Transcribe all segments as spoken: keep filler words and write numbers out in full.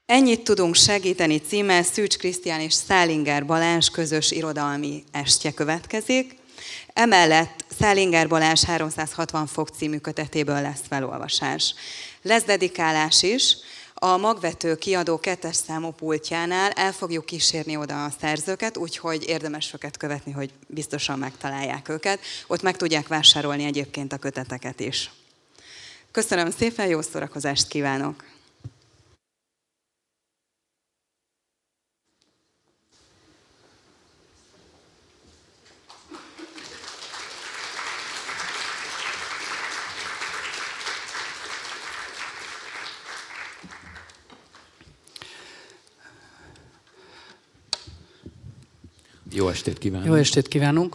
Ennyit tudunk segíteni címmel Szűcs Krisztián és Szálinger Balázs közös irodalmi estje következik. Emellett Szálinger Balázs háromszázhatvan fok című kötetéből lesz felolvasás. Lesz dedikálás is. A Magvető kiadó kettes számú pultjánál el fogjuk kísérni oda a szerzőket, úgyhogy érdemes őket követni, hogy biztosan megtalálják őket. Ott meg tudják vásárolni egyébként a köteteket is. Köszönöm szépen, jó szórakozást kívánok! Jó estét kívánunk! Jó estét kívánunk!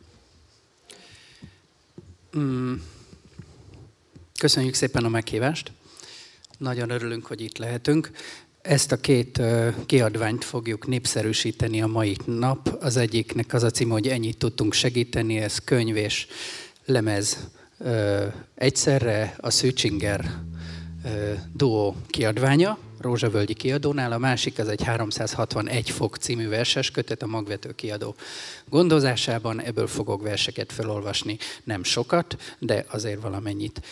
Köszönjük szépen a meghívást. Nagyon örülünk, hogy itt lehetünk. Ezt a két kiadványt fogjuk népszerűsíteni a mai nap. Az egyiknek az a címe, hogy ennyit tudtunk segíteni, ez könyv és lemez egyszerre, a Szűcsinger duó kiadványa, Rózsavölgyi kiadónál, a másik az egy háromszázhatvanegy fok című verses kötet a Magvető kiadó gondozásában. Ebből fogok verseket felolvasni, nem sokat, de azért valamennyit.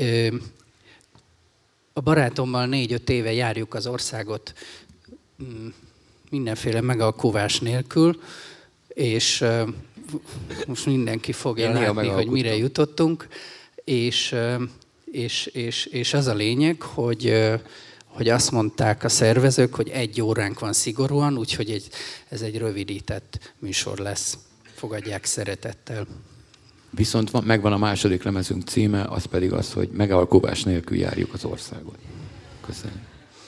A barátommal négy-öt éve járjuk az országot mindenféle megalkuvás nélkül, és most mindenki fogja látni, hogy mire jutottunk, és, és, és, és az a lényeg, hogy hogy azt mondták a szervezők, hogy egy óránk van szigorúan, úgyhogy egy, ez egy rövidített műsor lesz. Fogadják szeretettel. Viszont van, megvan a második lemezünk címe, az pedig az, hogy megalkuvás nélkül járjuk az országot. Köszönöm.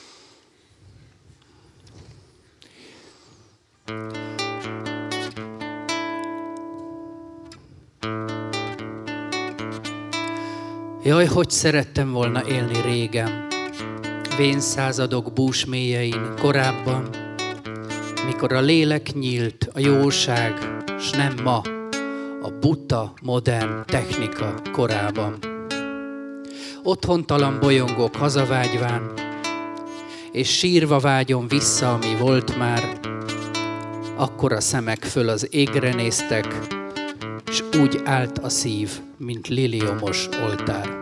Jaj, hogy szerettem volna élni régen, vén századok bús mélyein korábban, mikor a lélek nyílt, a jóság, s nem ma, a buta, modern technika korában. Otthontalan bolyongok hazavágyván, és sírva vágyom vissza, ami volt már, akkor a szemek föl az égre néztek, s úgy állt a szív, mint liliomos oltár.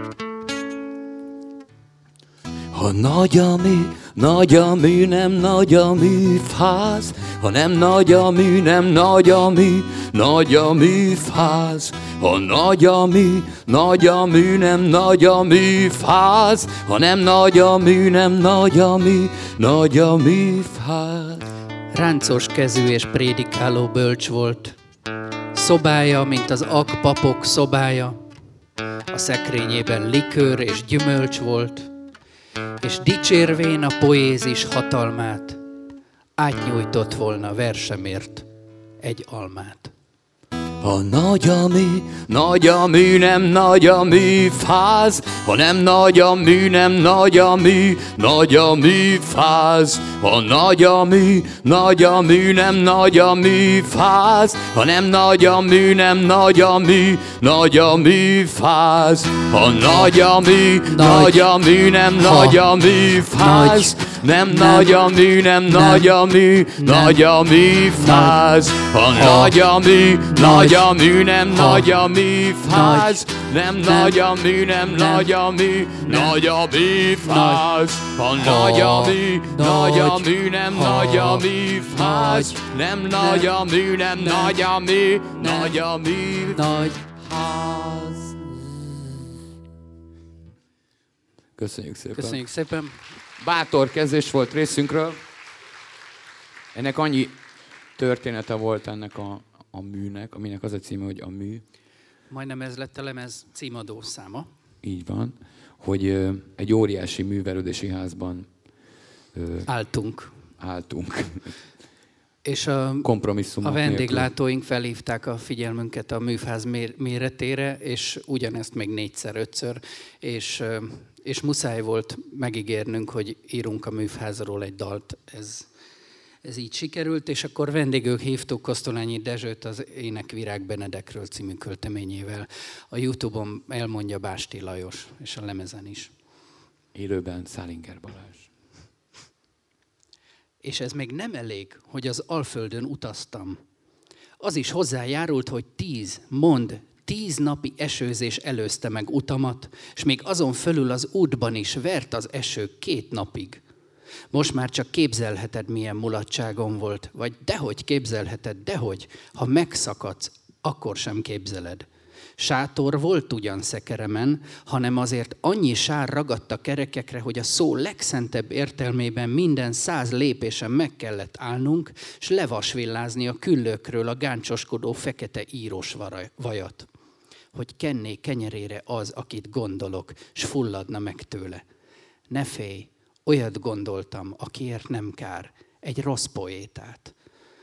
Ha nagy a mű, nagy a mű, nem nagy a műfáz. Ha nem nagy a mű, nem nagy a mű, nagy a műfáz. Ha nagy a mű, nagy a mű, nem nagy a műfáz. Ha nem nagy a mű, nem nagy a mű, nagy a műfáz. Ráncos kezű és prédikáló bölcs volt. Szobája, mint az akpapok szobája. A szekrényében likőr és gyümölcs volt, és dicsérvén a poézis hatalmát, átnyújtott volna versemért egy almát. Ha nagy a mű, nagy a mű, nem nagy a műfáz. Ha nem nagy a mű, nem nagy a mű, nagy a műfáz. Ha nagy a mű, nagy a mű, nem nagy a műfáz. Ha nem nagy a mű, nem nagy a mű, nagy a műfáz. Ha nagy a mű, nagy a mű, nem nagy a műfáz. Nem nagy a mű, nem nagy a mű, nagy a műfáz. Ha nagy a mű, nagy a mű, nem nagy a műfáz. Nem nagy a mű, nem nagy a mű, nagy a műfáz. Ha nagy a mű, nagy a mű, nem nagy a műfáz. Nem nagy a mű, nem nagy a mű, nagy a műfáz. Köszönjük szépen. Köszönjük szépen. Bátor kezdés volt részünkről. Ennek annyi története volt ennek a, a műnek, aminek az a címe, hogy a mű. Majdnem ez lett a lemez címadó száma. Így van, hogy ö, egy óriási művelődési házban ö, álltunk. álltunk. És a, kompromisszumok a vendéglátóink nélkül. felhívták a figyelmünket a műfáz mér, méretére, és ugyanezt még négyszer, ötször, és, és muszáj volt megígérnünk, hogy írunk a műfázról egy dalt. Ez, ez így sikerült, és akkor vendégül hívtuk Kosztolányi Dezsőt az Ének Virág Benedekről című költeményével. A YouTube-on elmondja Básti Lajos, és a lemezen is. Élőben Szálinger Balázs. És ez még nem elég, hogy az Alföldön utaztam. Az is hozzájárult, hogy tíz, mond, tíz napi esőzés előzte meg utamat, és még azon fölül az útban is vert az eső két napig. Most már csak képzelheted, milyen mulatságom volt, vagy dehogy képzelheted, dehogy, ha megszakadsz, akkor sem képzeled. Sátor volt ugyan szekeremen, hanem azért annyi sár ragadt a kerekekre, hogy a szó legszentebb értelmében minden száz lépésen meg kellett állnunk, s levasvillázni a küllőkről a gáncsoskodó fekete írós vajat. Hogy kenné kenyerére az, akit gondolok, s fulladna meg tőle. Ne félj, olyat gondoltam, akiért nem kár, egy rossz poétát.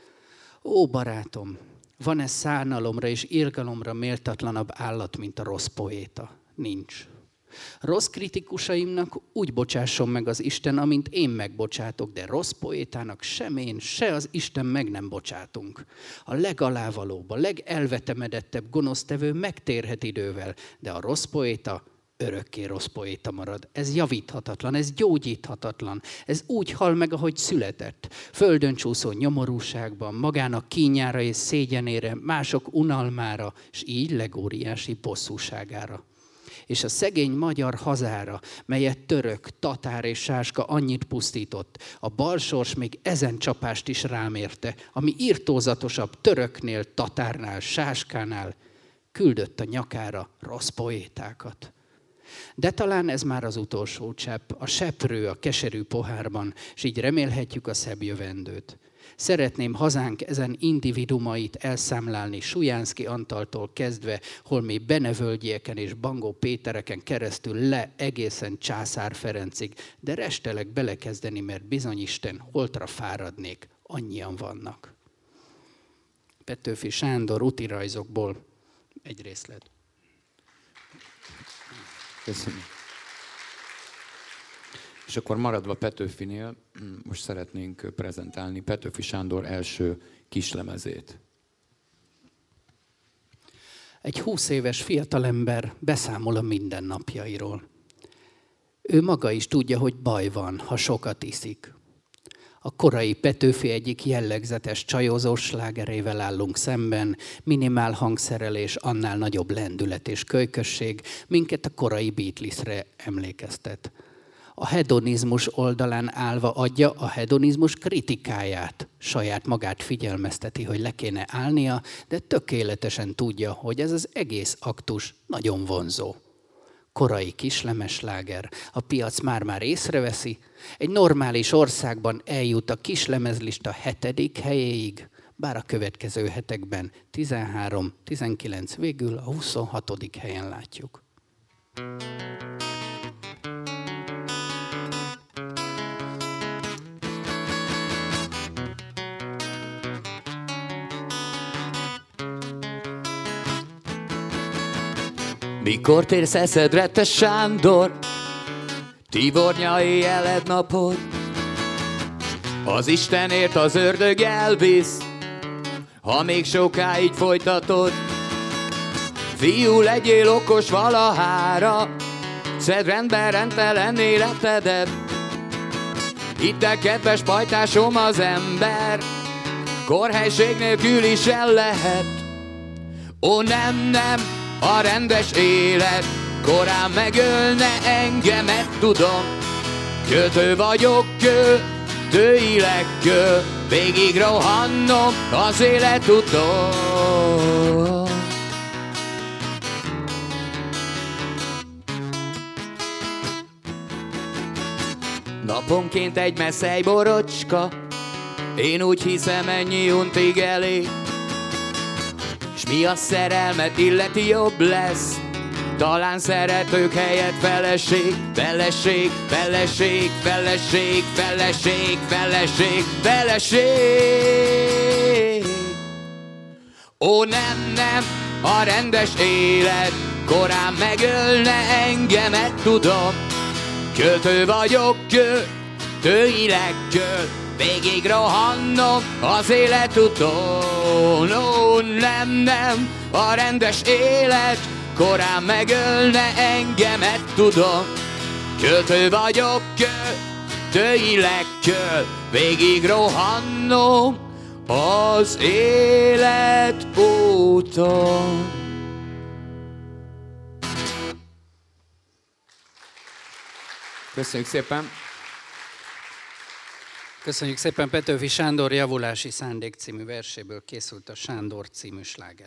Ó, barátom, van-e szánalomra és irgalomra méltatlanabb állat, mint a rossz poéta? Nincs. Rossz kritikusaimnak úgy bocsásson meg az Isten, amint én megbocsátok, de rossz poétának sem én, se az Isten meg nem bocsátunk. A legalávalóbb, a legelvetemedettebb gonosztevő megtérhet idővel, de a rossz poéta örökké rossz poéta marad. Ez javíthatatlan, ez gyógyíthatatlan. Ez úgy hal meg, ahogy született. Földön csúszó nyomorúságban, magának kínjára és szégyenére, mások unalmára, és így legóriási bosszúságára. És a szegény magyar hazára, melyet török, tatár és sáska annyit pusztított, a balsors még ezen csapást is rám érte, ami irtózatosabb töröknél, tatárnál, sáskánál, küldött a nyakára rossz poétákat. De talán ez már az utolsó csepp, a seprő a keserű pohárban, és így remélhetjük a szebb jövendőt. Szeretném hazánk ezen individumait elszámlálni Sujánszky Antaltól kezdve, holmi Benevölgyeken és Bangó Pétereken keresztül le egészen Császár Ferencig, de restelek belekezdeni, mert bizony Isten holtra fáradnék, annyian vannak. Petőfi Sándor útirajzokból egy részlet. Köszönöm. És akkor maradva Petőfinél, most szeretnénk prezentálni Petőfi Sándor első kislemezét. Egy húsz éves fiatalember beszámol a mindennapjairól. Ő maga is tudja, hogy baj van, ha sokat iszik. A korai Petőfi egyik jellegzetes csajozós slágerével állunk szemben, minimál hangszerelés, annál nagyobb lendület és kölykösség, minket a korai Beatlesre emlékeztet. A hedonizmus oldalán állva adja a hedonizmus kritikáját. Saját magát figyelmezteti, hogy le kéne állnia, de tökéletesen tudja, hogy ez az egész aktus nagyon vonzó. Korai kislemezsláger, a piac már-már észreveszi, egy normális országban eljut a kislemezlista hetedik helyéig, bár a következő hetekben tizenhárom, tizenkilenc, végül a huszonhatodik helyen látjuk. Mikor térsz eszedre, te Sándor, Tibornya éjjeled napod, az Istenért az ördög elvisz, ha még sokáig folytatod. Fiú, legyél okos valahára, szedd rendben rendtelen életedet. Itt a kedves pajtásom az ember, korhelység nélkül is el lehet. Ó, nem, nem, a rendes élet korán megölne engemet, tudom. Költő vagyok, költőileg kö, végig rohannom az életuton. Naponként egy messzely borocska, én úgy hiszem ennyi untig elég. S mi a szerelmet illeti, jobb lesz, talán szeretők helyett feleség, feleség, feleség, feleség, feleség, feleség, feleség. Ó, nem, nem, a rendes élet korán megölne engemet, tudom. Költő vagyok, költőileg költ, végig rohannom az életuton. Ó, nem, nem, a rendes élet korán megölne engemet, tudom. Költő vagyok, dőileg kell végig rohannom az élet úton. Köszönjük szépen! Köszönjük szépen! Petőfi Sándor Javulási szándék című verséből készült a Sándor című sláger.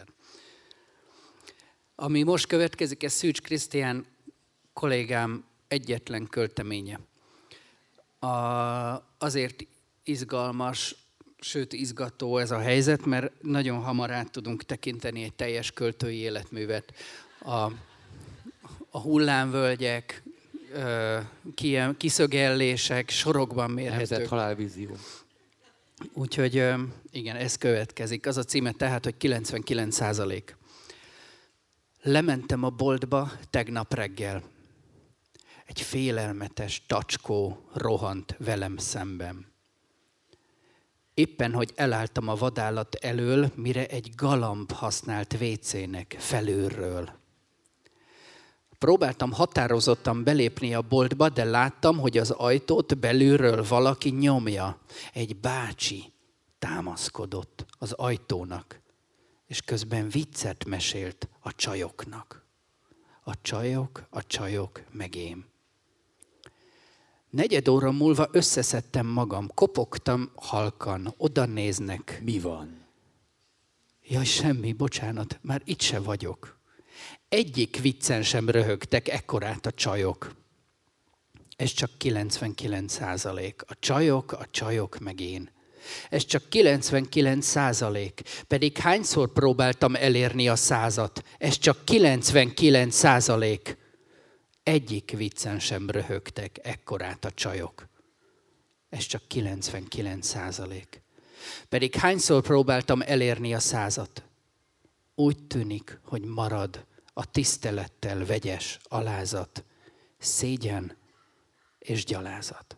Ami most következik, ez Szűcs Krisztián kollégám egyetlen költeménye. A, azért izgalmas, sőt izgató ez a helyzet, mert nagyon hamar át tudunk tekinteni egy teljes költői életművet. A, a hullámvölgyek, kiszögellések, sorokban mérhetők. Nemzet halálvízió. Úgyhogy igen, ez következik. Az a címe tehát, hogy kilencvenkilenc százalék. Lementem a boltba tegnap reggel. Egy félelmetes tacskó rohant velem szemben. Éppen, hogy elálltam a vadállat elől, mire egy galamb használt vécének felülről. Próbáltam határozottan belépni a boltba, de láttam, hogy az ajtót belülről valaki nyomja. Egy bácsi támaszkodott az ajtónak, és közben viccet mesélt a csajoknak. A csajok, a csajok, meg én. Negyed óra múlva összeszedtem magam, kopogtam halkan, oda néznek. Mi van? Jaj, semmi, bocsánat, már itt se vagyok. Egyik viccen sem röhögtek ekkorát a csajok. Ez csak kilencvenkilenc százalék. A csajok, a csajok, meg én. Ez csak kilencvenkilenc százalék. Pedig hányszor próbáltam elérni a százat? Ez csak kilencvenkilenc százalék. Egyik viccen sem röhögtek ekkorát a csajok. Ez csak kilencvenkilenc százalék. Pedig hányszor próbáltam elérni a százat? Úgy tűnik, hogy marad a tisztelettel vegyes alázat, szégyen és gyalázat.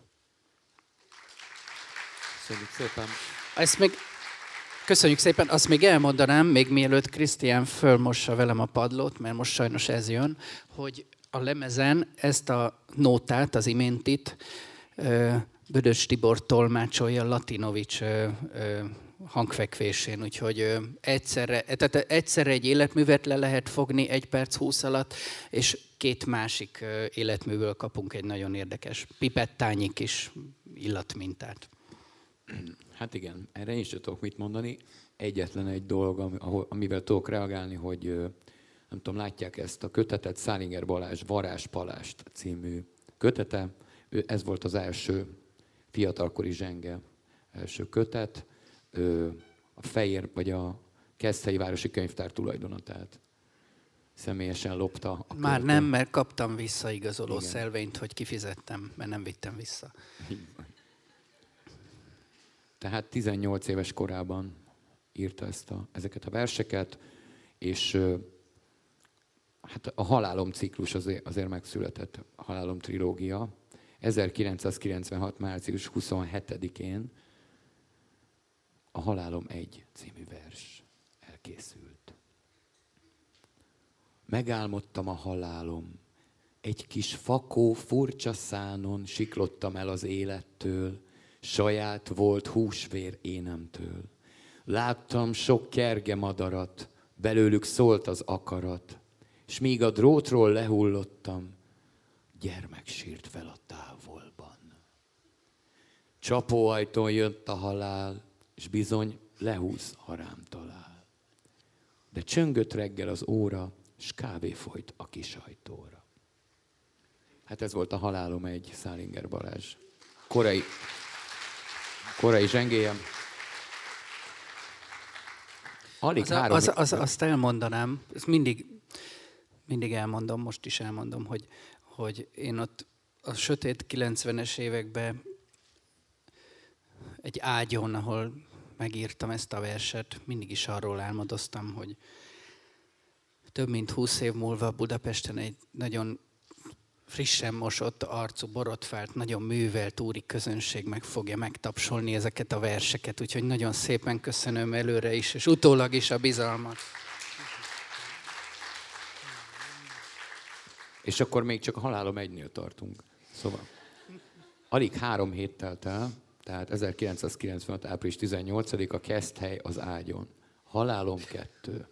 Köszönjük szépen! Ezt még, köszönjük szépen, azt még elmondanám, még mielőtt Krisztián fölmossa velem a padlót, mert most sajnos ez jön, hogy a lemezen ezt a nótát, az iméntit, Bödös Tibor tolmácsolja Latinovics hangfekvésén, úgyhogy egyszerre, tehát egyszerre egy életművet le lehet fogni egy perc húsz alatt, és két másik életműből kapunk egy nagyon érdekes pipettányi kis illatmintát. Hát igen, erre én sem tudok mit mondani. Egyetlen egy dolog, amivel tudok reagálni, hogy nem tudom, látják ezt a kötetet, Szálinger Balázs Varázs Palást című kötete. Ez volt az első fiatalkori zsenge első kötet. A Fejér, vagy a Keszthelyi Városi Könyvtár tulajdona, tehát személyesen lopta. A Már költő. nem, mert kaptam visszaigazoló Igen. szelvényt, hogy kifizettem, mert nem vittem vissza. Tehát tizennyolc éves korában írta ezt a, ezeket a verseket, és hát a Halálom ciklus azért, azért megszületett, a Halálom trilógia. ezerkilencszázkilencvenhat. március huszonhetedikén a Halálom egy című vers elkészült. Megálmodtam a halálom, egy kis fakó furcsa szánon siklottam el az élettől, saját volt húsvér énemtől. Láttam sok kerge madarat, belőlük szólt az akarat, s míg a drótról lehullottam, gyermek sírt fel a távolban. Csapóajtón jött a halál, és bizony lehúz, ha rám talál. De csöngött reggel az óra, s kávé folyt a kis ajtóra. Hát ez volt a Halálom egy, Szálinger Balázs. Korai, korai zsengéje. Alig Az, három... az, az, azt elmondanám, ezt mindig, mindig elmondom, most is elmondom, hogy, hogy én ott a sötét kilencvenes években egy ágyon, ahol megírtam ezt a verset, mindig is arról álmodoztam, hogy több mint húsz év múlva Budapesten egy nagyon frissen mosott arcú, borotvált, nagyon művelt úri közönség meg fogja megtapsolni ezeket a verseket. Úgyhogy nagyon szépen köszönöm előre is, és utólag is a bizalmat. És akkor még csak a Halálom egynél tartunk. Szóval. Alig három hét telt el, tehát ezerkilencszázkilencvenöt. április tizennyolcadika, Keszthely az ágyon. Halálom kettő.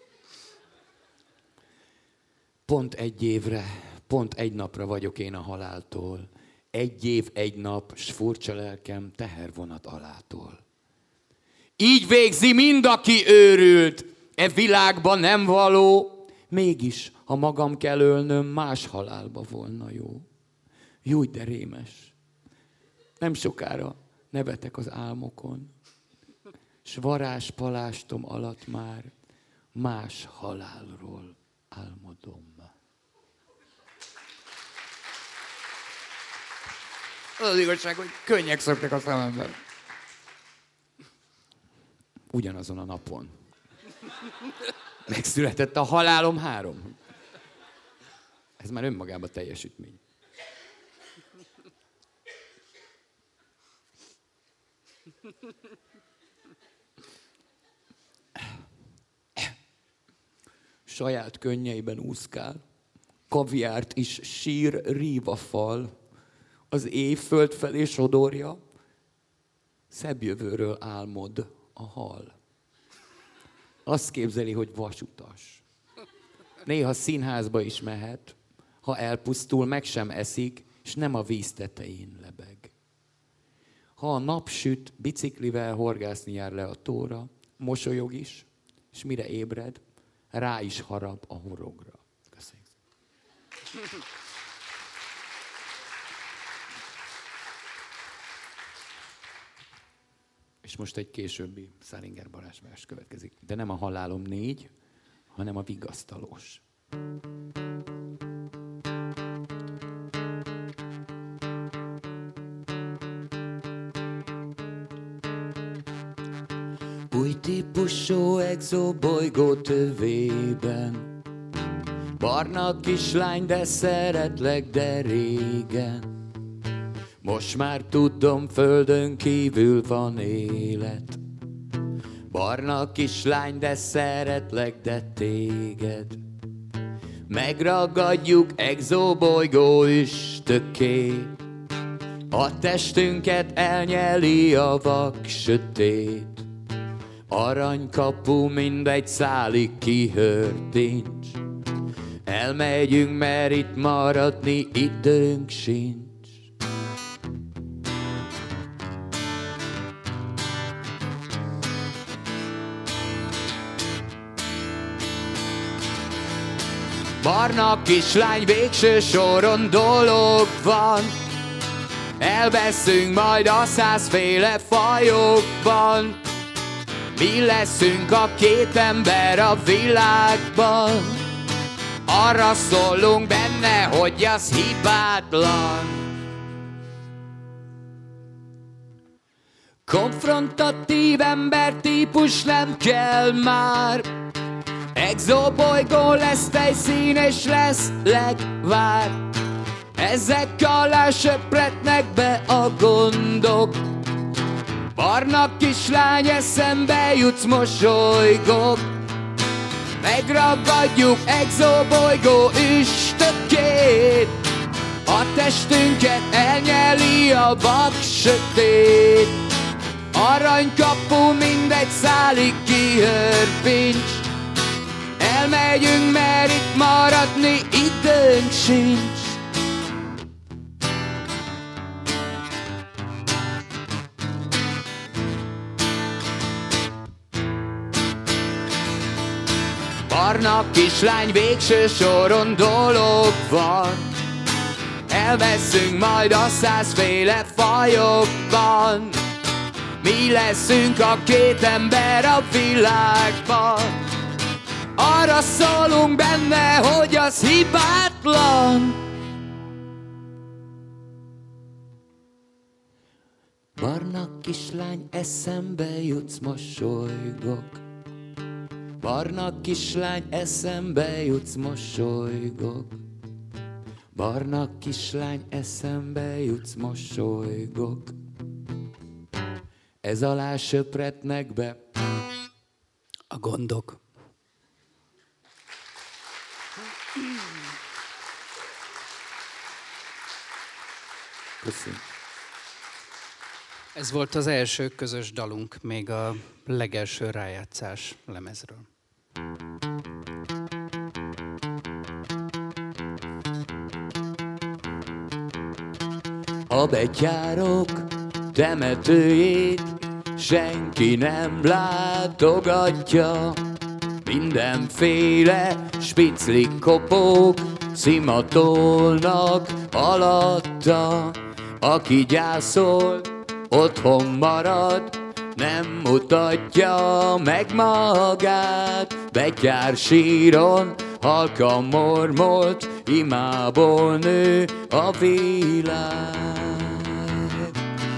Pont egy évre, pont egy napra vagyok én a haláltól. Egy év, egy nap, s furcsa lelkem tehervonat alától. Így végzi mind, aki őrült, e világban nem való. Mégis, ha magam kell ölnöm, más halálba volna jó. Júj, de rémes. Nem sokára nevetek az álmokon, s varázspalástom alatt már más halálról álmodom. Az igazság, hogy könnyek szoktak a szememben. Ugyanazon a napon megszületett a Halálom három. Ez már önmagában teljesítmény. Saját könnyeiben úszkál, kaviárt is sír rívafal, az éj föld felé sodorja, szebb jövőről álmod a hal. Azt képzeli, hogy vasutas. Néha színházba is mehet, ha elpusztul, meg sem eszik, és nem a víz tetején lebeg. Ha a nap süt, biciklivel horgászni jár le a tóra, mosolyog is, és mire ébred, rá is harap a horogra. Köszönjük. És most egy későbbi Szálinger Balázs vers következik. De nem a Halálom négy, hanem a Vigasztalós. Új típusú exobolygó tövében, barna kislány, de szeretlek, de régen. Most már tudom, földön kívül van élet. Barna kislány, de szeretlek, de téged. Megragadjuk exobolygó üstökét. A testünket elnyeli a vak sötét. Aranykapu mindegy szálig kihörtincs. Elmegyünk, mert itt maradni időnk sincs. Barna kislány, végső soron dolog van. Elveszünk majd a százféle fajokban. Mi leszünk a két ember a világban. Arra szólunk benne, hogy az hibátlan. Konfrontatív embertípus nem kell már. Exobolygó lesz tejszín és lesz legvár. Ezek alá söpretnek be a gondok. Barna kislány, eszembe jutsz, mosolygok. Megragadjuk exobolygó üstökét. A testünket elnyeli a vak sötét. Aranykapu mindegy szálig kihörpincs. Elmegyünk, mert itt maradni időnk sincs. Barna kislány, végső soron dolog van. Elveszünk majd a százféle fajokban. Mi leszünk a két ember a világban. Arra szólunk benne, hogy az hibátlan. Barna kislány, eszembe jutsz, mosolygok. Barna kislány, eszembe jutsz, mosolygok. Barna kislány, eszembe jutsz, mosolygok. Ez alá söpretnek be a gondok. Köszönöm. Ez volt az első közös dalunk, még a legelső rájátszás lemezről. A betyárok temetőjét senki nem látogatja, mindenféle spiclik kopók szimatolnak alatta. Aki gyászol, otthon marad, nem mutatja meg magát. Betyár síron halkan mormolt, imából nő a világ.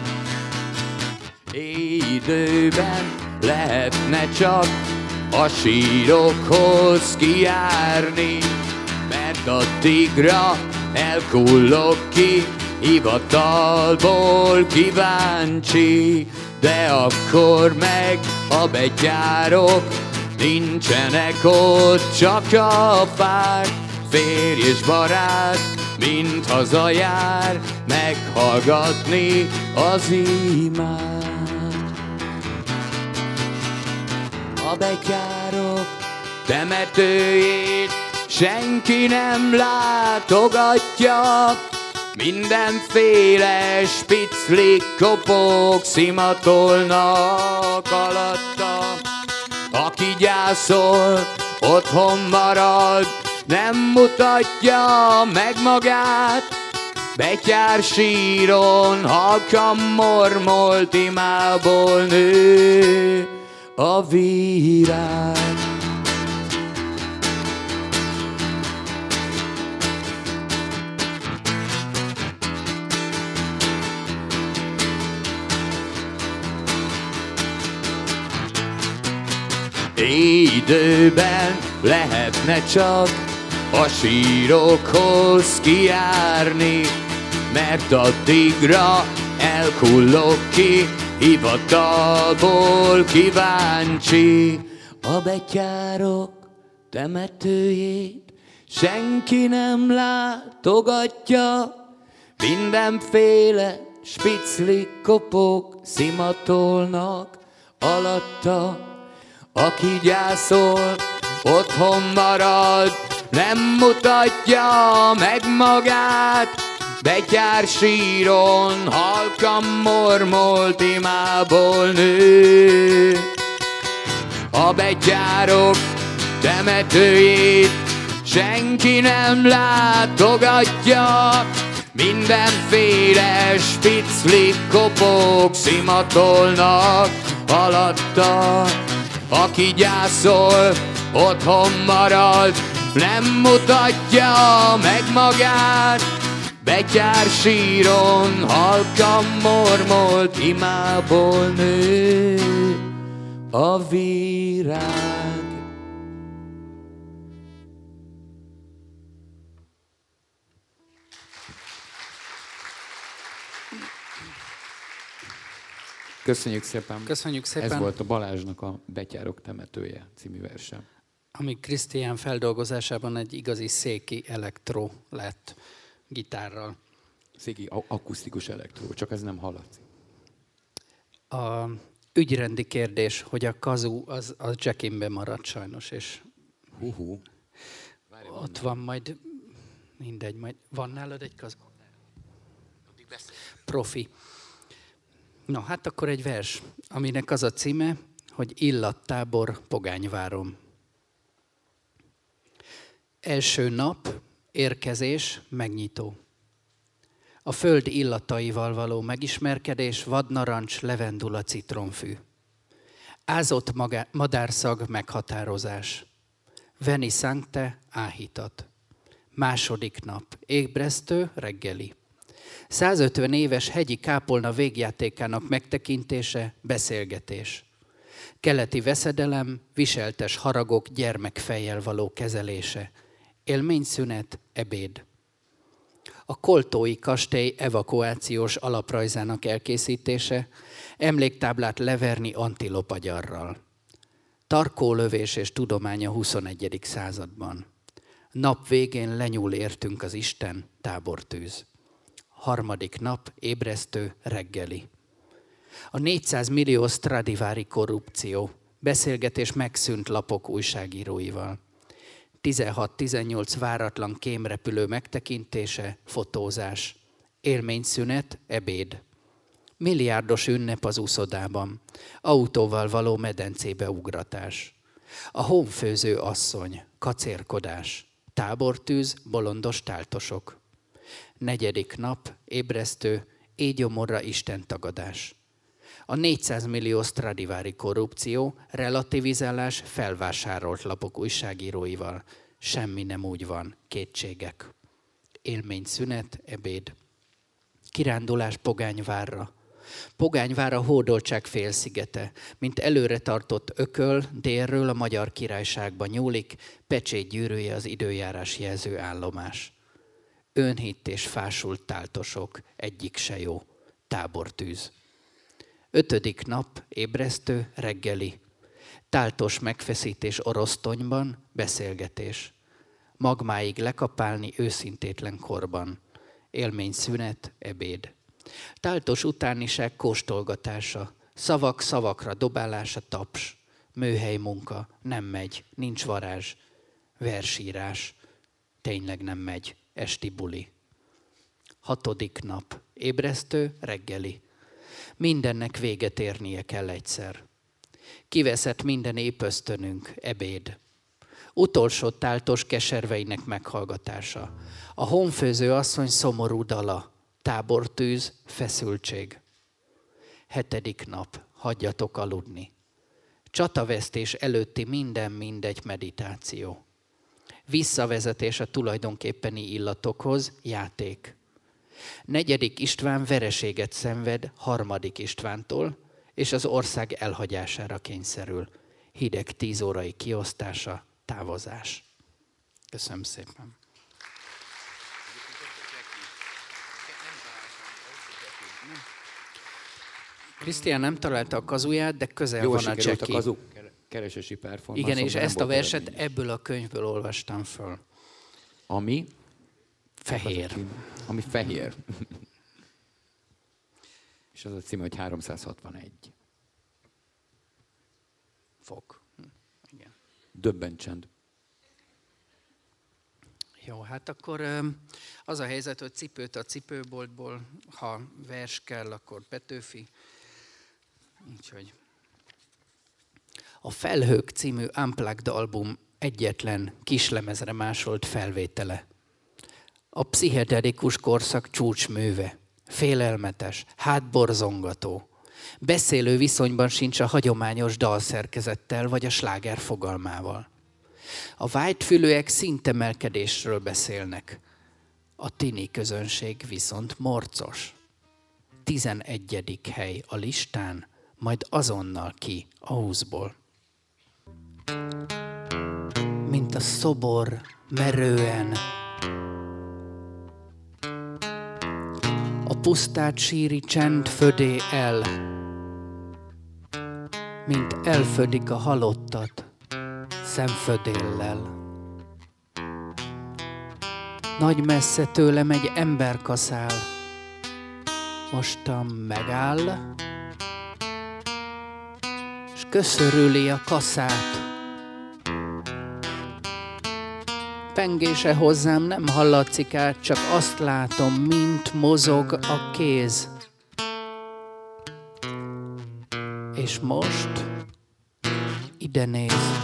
Éj időben lehetne csak a sírokhoz kijárni, mert addigra elkullok ki, hivatalból kíváncsi. De akkor meg a betyárok nincsenek ott, csak a fák. Férj és barát mind hazajár meghallgatni az imát. A betyárok temetőjét senki nem látogatja, mindenféle spiclik kopók szimatolnak alatta. Aki gyászol, otthon marad, nem mutatja meg magát. Betyár síron halkan mormolt, imából nő a virág. Éj időben lehetne csak a sírokhoz kijárni, mert addigra elkullok ki, hivatalból kíváncsi. A betyárok temetőjét senki nem látogatja, mindenféle spiclik kopók szimatolnak alatta. Aki gyászol, otthon marad, nem mutatja meg magát. Betyár síron halkan mormolt, imából nő. A betyárok temetőjét senki nem látogatja, mindenféle spiclik kopók szimatolnak alatta. Aki gyászol, otthon marad, nem mutatja meg magát. Betyár síron halkan mormolt, imából nő a virág. Köszönjük szépen. Köszönjük szépen. Ez volt a Balázsnak a Betyárok temetője című verse. Ami Krisztián feldolgozásában egy igazi széki elektro lett gitárral. Széki akusztikus elektró, csak ez nem hallatszik. A ügyrendi kérdés, hogy a kazú az, az Jackinbe maradt sajnos, és Hú-hú. ott van majd, mindegy, majd van nálad egy kazú? Profi. Na, hát akkor egy vers, aminek az a címe, hogy Illattábor, Pogányvárom. Első nap, érkezés, megnyitó. A föld illataival való megismerkedés, vadnarancs, levendula, citronfű. Ázott maga, madárszag, meghatározás. Veni sancte, áhítat. Második nap, ébresztő, reggeli. százötven éves hegyi kápolna végjátékának megtekintése, beszélgetés. Keleti veszedelem, viseltes haragok gyermekfejjel való kezelése. Élményszünet, ebéd. A koltói kastély evakuációs alaprajzának elkészítése, emléktáblát leverni antilopagyarral. Tarkólövés és tudomány a huszonegyedik században. Nap végén lenyúl értünk az Isten, tábortűz. Harmadik nap, ébresztő, reggeli. A négyszáz millió Stradivari korrupció. Beszélgetés megszűnt lapok újságíróival. tizenhat-tizennyolc váratlan kémrepülő megtekintése, fotózás. Élményszünet, ebéd. Milliárdos ünnep az úszodában. Autóval való medencébe ugratás. A honfőző asszony, kacérkodás. Tábortűz, bolondos táltosok. Negyedik nap, ébresztő, éjgyomorra istentagadás. A négyszáz millió Stradivari korrupció, relativizálás felvásárolt lapok újságíróival. Semmi nem úgy van, kétségek. Élményszünet, ebéd. Kirándulás Pogányvárra. Pogányvár a hódoltság félszigete, mint előre tartott ököl, délről a Magyar Királyságba nyúlik, pecsétgyűrűje az időjárás jelző állomás. Önhitt és fásult táltosok, egyik se jó, tábortűz. Ötödik nap, ébresztő, reggeli. Táltos megfeszítés orosztonyban, beszélgetés. Magmáig lekapálni őszintétlen korban. Élményszünet, ebéd. Táltos utániság kóstolgatása. Szavak szavakra dobálása, taps. Műhely munka, nem megy, nincs varázs. Versírás, tényleg nem megy, esti buli. Hatodik nap, ébresztő, reggeli. Mindennek véget érnie kell egyszer. Kiveszett minden épp ösztönünk, ebéd. Utolsó táltos keserveinek meghallgatása. A honfőző asszony szomorú dala. Tábortűz, feszültség. Hetedik nap, hagyjatok aludni. Csatavesztés előtti minden mindegy meditáció. Visszavezetés a tulajdonképpeni illatokhoz, játék. Negyedik István vereséget szenved harmadik Istvántól, és az ország elhagyására kényszerül. Hideg tíz órai kiosztása, távozás. Köszönöm szépen. Krisztián nem találta a kazuját, de közel Jó, van a cseki. a kazu keresési performance. Igen, és ezt a verset ebből a könyvből olvastam föl. Ami? Fehér. Ami fehér. És az a címe, hogy háromszázhatvanegy. Fok. Hm. Igen. Döbbentsend. Jó, hát akkor az a helyzet, hogy cipőt a cipőboltból, ha vers kell, akkor Petőfi. Úgyhogy. A Felhők című Unplugged album egyetlen kislemezre másolt felvétele. A pszichedelikus korszak csúcsműve. Félelmetes, hátborzongató. Beszélő viszonyban sincs a hagyományos dalszerkezettel vagy a sláger fogalmával. A vágyfülőek szintemelkedésről beszélnek. A tini közönség viszont morcos. Tizenegyedik hely a listán, majd azonnal ki a húszból. Mint a szobor merően, a pusztát síri csend födé el, mint elfödik a halottat szemfödéllel. Nagy messze tőlem egy ember kaszál, mostan megáll, s köszörüli a kaszát. Pengése hozzám nem hallatszik át, csak azt látom, mint mozog a kéz. És most ide néz.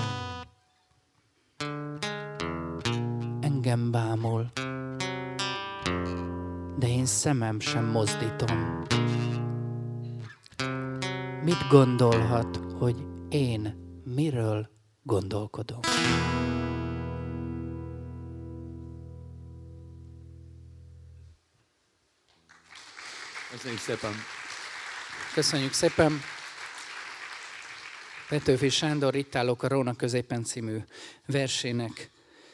Engem bámul, de én szemem sem mozdítom. Mit gondolhat, hogy én miről gondolkodom? Köszönjük szépen. Köszönjük szépen. Petőfi Sándor Itt állok a Róna középen című versének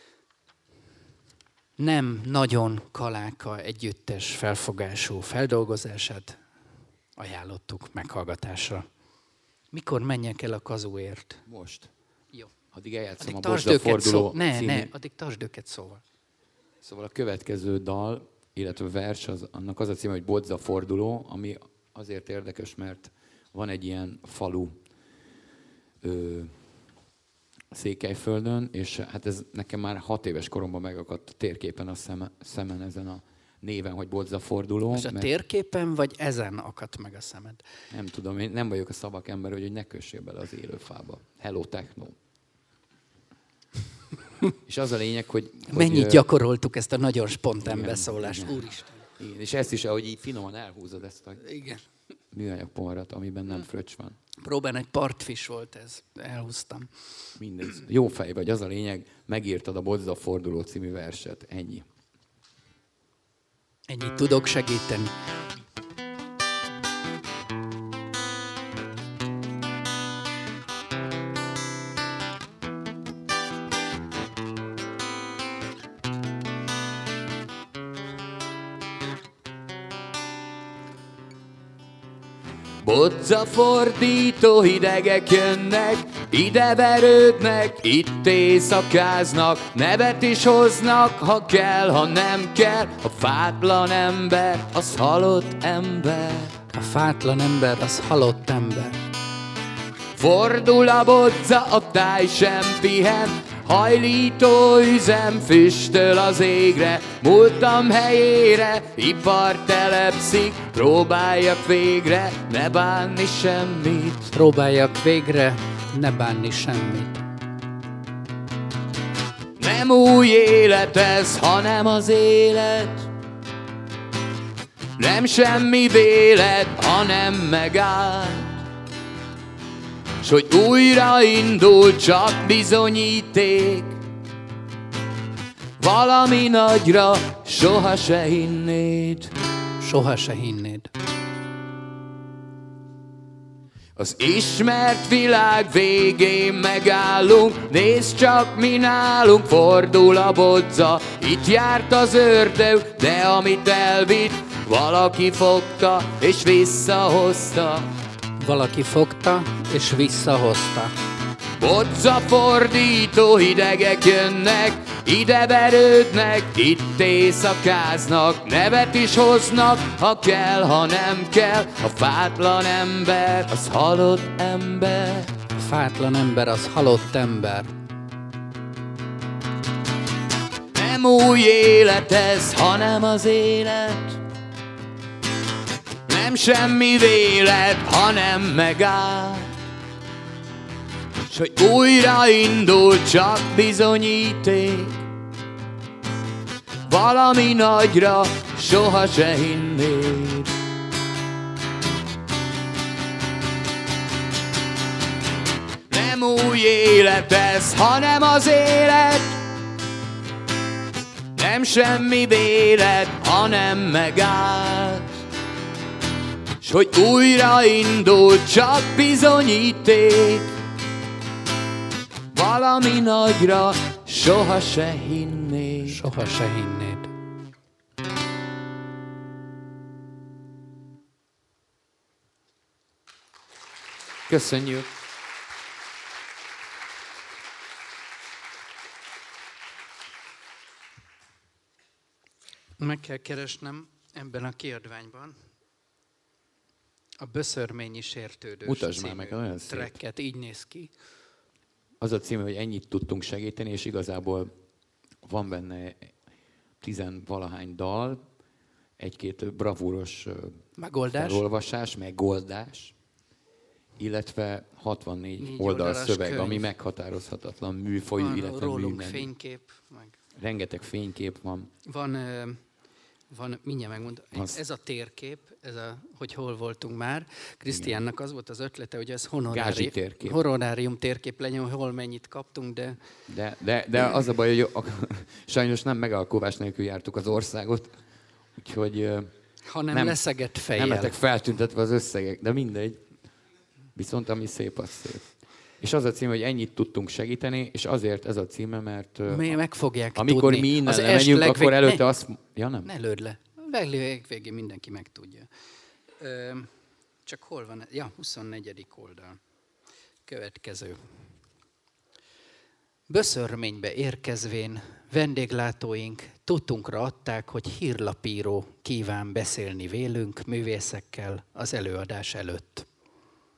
nem nagyon kaláka együttes felfogású feldolgozását ajánlottuk meghallgatásra. Mikor menjek el a kazuért? Most. Jó. Addig eljátszom Addig a Bodzaforduló szó... Ne, című... ne, addig tartsd őket szóval. Szóval a következő dal, illetve vers, az, annak az a címe, hogy Bodzaforduló, ami azért érdekes, mert van egy ilyen falu ö, Székelyföldön, és hát ez nekem már hat éves koromban megakadt a térképen a szeme, szemen ezen a néven, hogy Bodzaforduló. Most a mert térképen, vagy ezen akadt meg a szemed? nem tudom, én nem vagyok a szavak ember, hogy ne kössél bele az élőfába. Hello Techno. És az a lényeg, hogy... Mennyit hogy, gyakoroltuk ezt a nagyon spontán igen, beszólást, igen. úristen. Igen, és ezt is, ahogy így finoman elhúzod ezt a Igen. műanyag poharat, amiben nem fröccs van. Próbán egy partfish volt ez, elhúztam. Mindegy. Jó fej vagy, az a lényeg, megírtad a Bodzaforduló című verset. Ennyi. Ennyit tudok segíteni. Bodzafordító hidegek jönnek, ide verődnek, itt éjszakáznak, nevet is hoznak, ha kell, ha nem kell. A fátlan ember, az halott ember. A fátlan ember, az halott ember. Fordul a bodza, a táj sem pihen, hajlító üzem füstöl az égre, múltam helyére, ipar telepszik, próbáljak végre, ne bánni semmit. Próbáljak végre, ne bánni semmit. Nem új élet ez, hanem az élet. Nem semmi vélet, hanem megállt. S hogy újra indul, csak bizonyíték. Valami nagyra soha se hinnéd. Soha se hinnéd. Az ismert világ végén megállunk, nézd csak mi nálunk, fordul a bodza. Itt járt az ördög, de amit elvitt, valaki fogta és visszahozta. Valaki fogta és visszahozta. Bodzafordító hidegek jönnek, ide verődnek, itt éjszakáznak, nevet is hoznak, ha kell, ha nem kell. A fátlan ember, az halott ember. A fátlan ember, az halott ember. Nem új élet ez, hanem az élet. Nem semmi vélet, hanem megáll. S hogy újra indul, csak bizonyíték. Valami nagyra soha se hinnéd. Nem új élet ez, hanem az élet. Nem semmi vélet, hanem megállt. S hogy újra indul, csak bizonyíték. Valami nagyra soha se hinnéd. Soha se hinnéd. Köszönjük! Meg kell keresnem ebben a kiadványban a Böszörményi sértődős Mutasd már meg, című olyan szép. tracket, így néz ki. Az a címe, hogy ennyit tudtunk segíteni, és igazából van benne tizenvalahány dal, egy-két bravúros Megoldás. felolvasás, megoldás, illetve hatvannégy Négy oldal oldalas szöveg, könyv. ami meghatározhatatlan műfajú, Van illetve rólunk műnemű. fénykép, meg Rengeteg fénykép van. van, ö, van mindjárt megmondom, Az- ez a térkép, ez a, hogy hol voltunk már. Krisztiánnak az volt az ötlete, hogy ez honorári, Gázsi térkép. honorárium térkép legyen, hol mennyit kaptunk, de De, de, de az a baj, hogy a, sajnos nem megalkovás nélkül jártuk az országot, úgyhogy ö, ha nem, Nem- leszegett nem fejjel. lettek feltüntetve az összegek, de mindegy. Viszont ami szép, az szép. És az a cím, hogy ennyit tudtunk segíteni, és azért ez a címe, mert ö, Mi meg fogják amikor tudni. mi innen Az est lemegyünk, legvég- akkor előtte ne, azt... Ja, nem? Ne lőd le. Legvég- végén mindenki megtudja. Ö, csak hol van? Ja, huszonnegyedik oldal. Következő. Böszörménybe érkezvén vendéglátóink tudtunkra adták, hogy hírlapíró kíván beszélni vélünk, művészekkel az előadás előtt.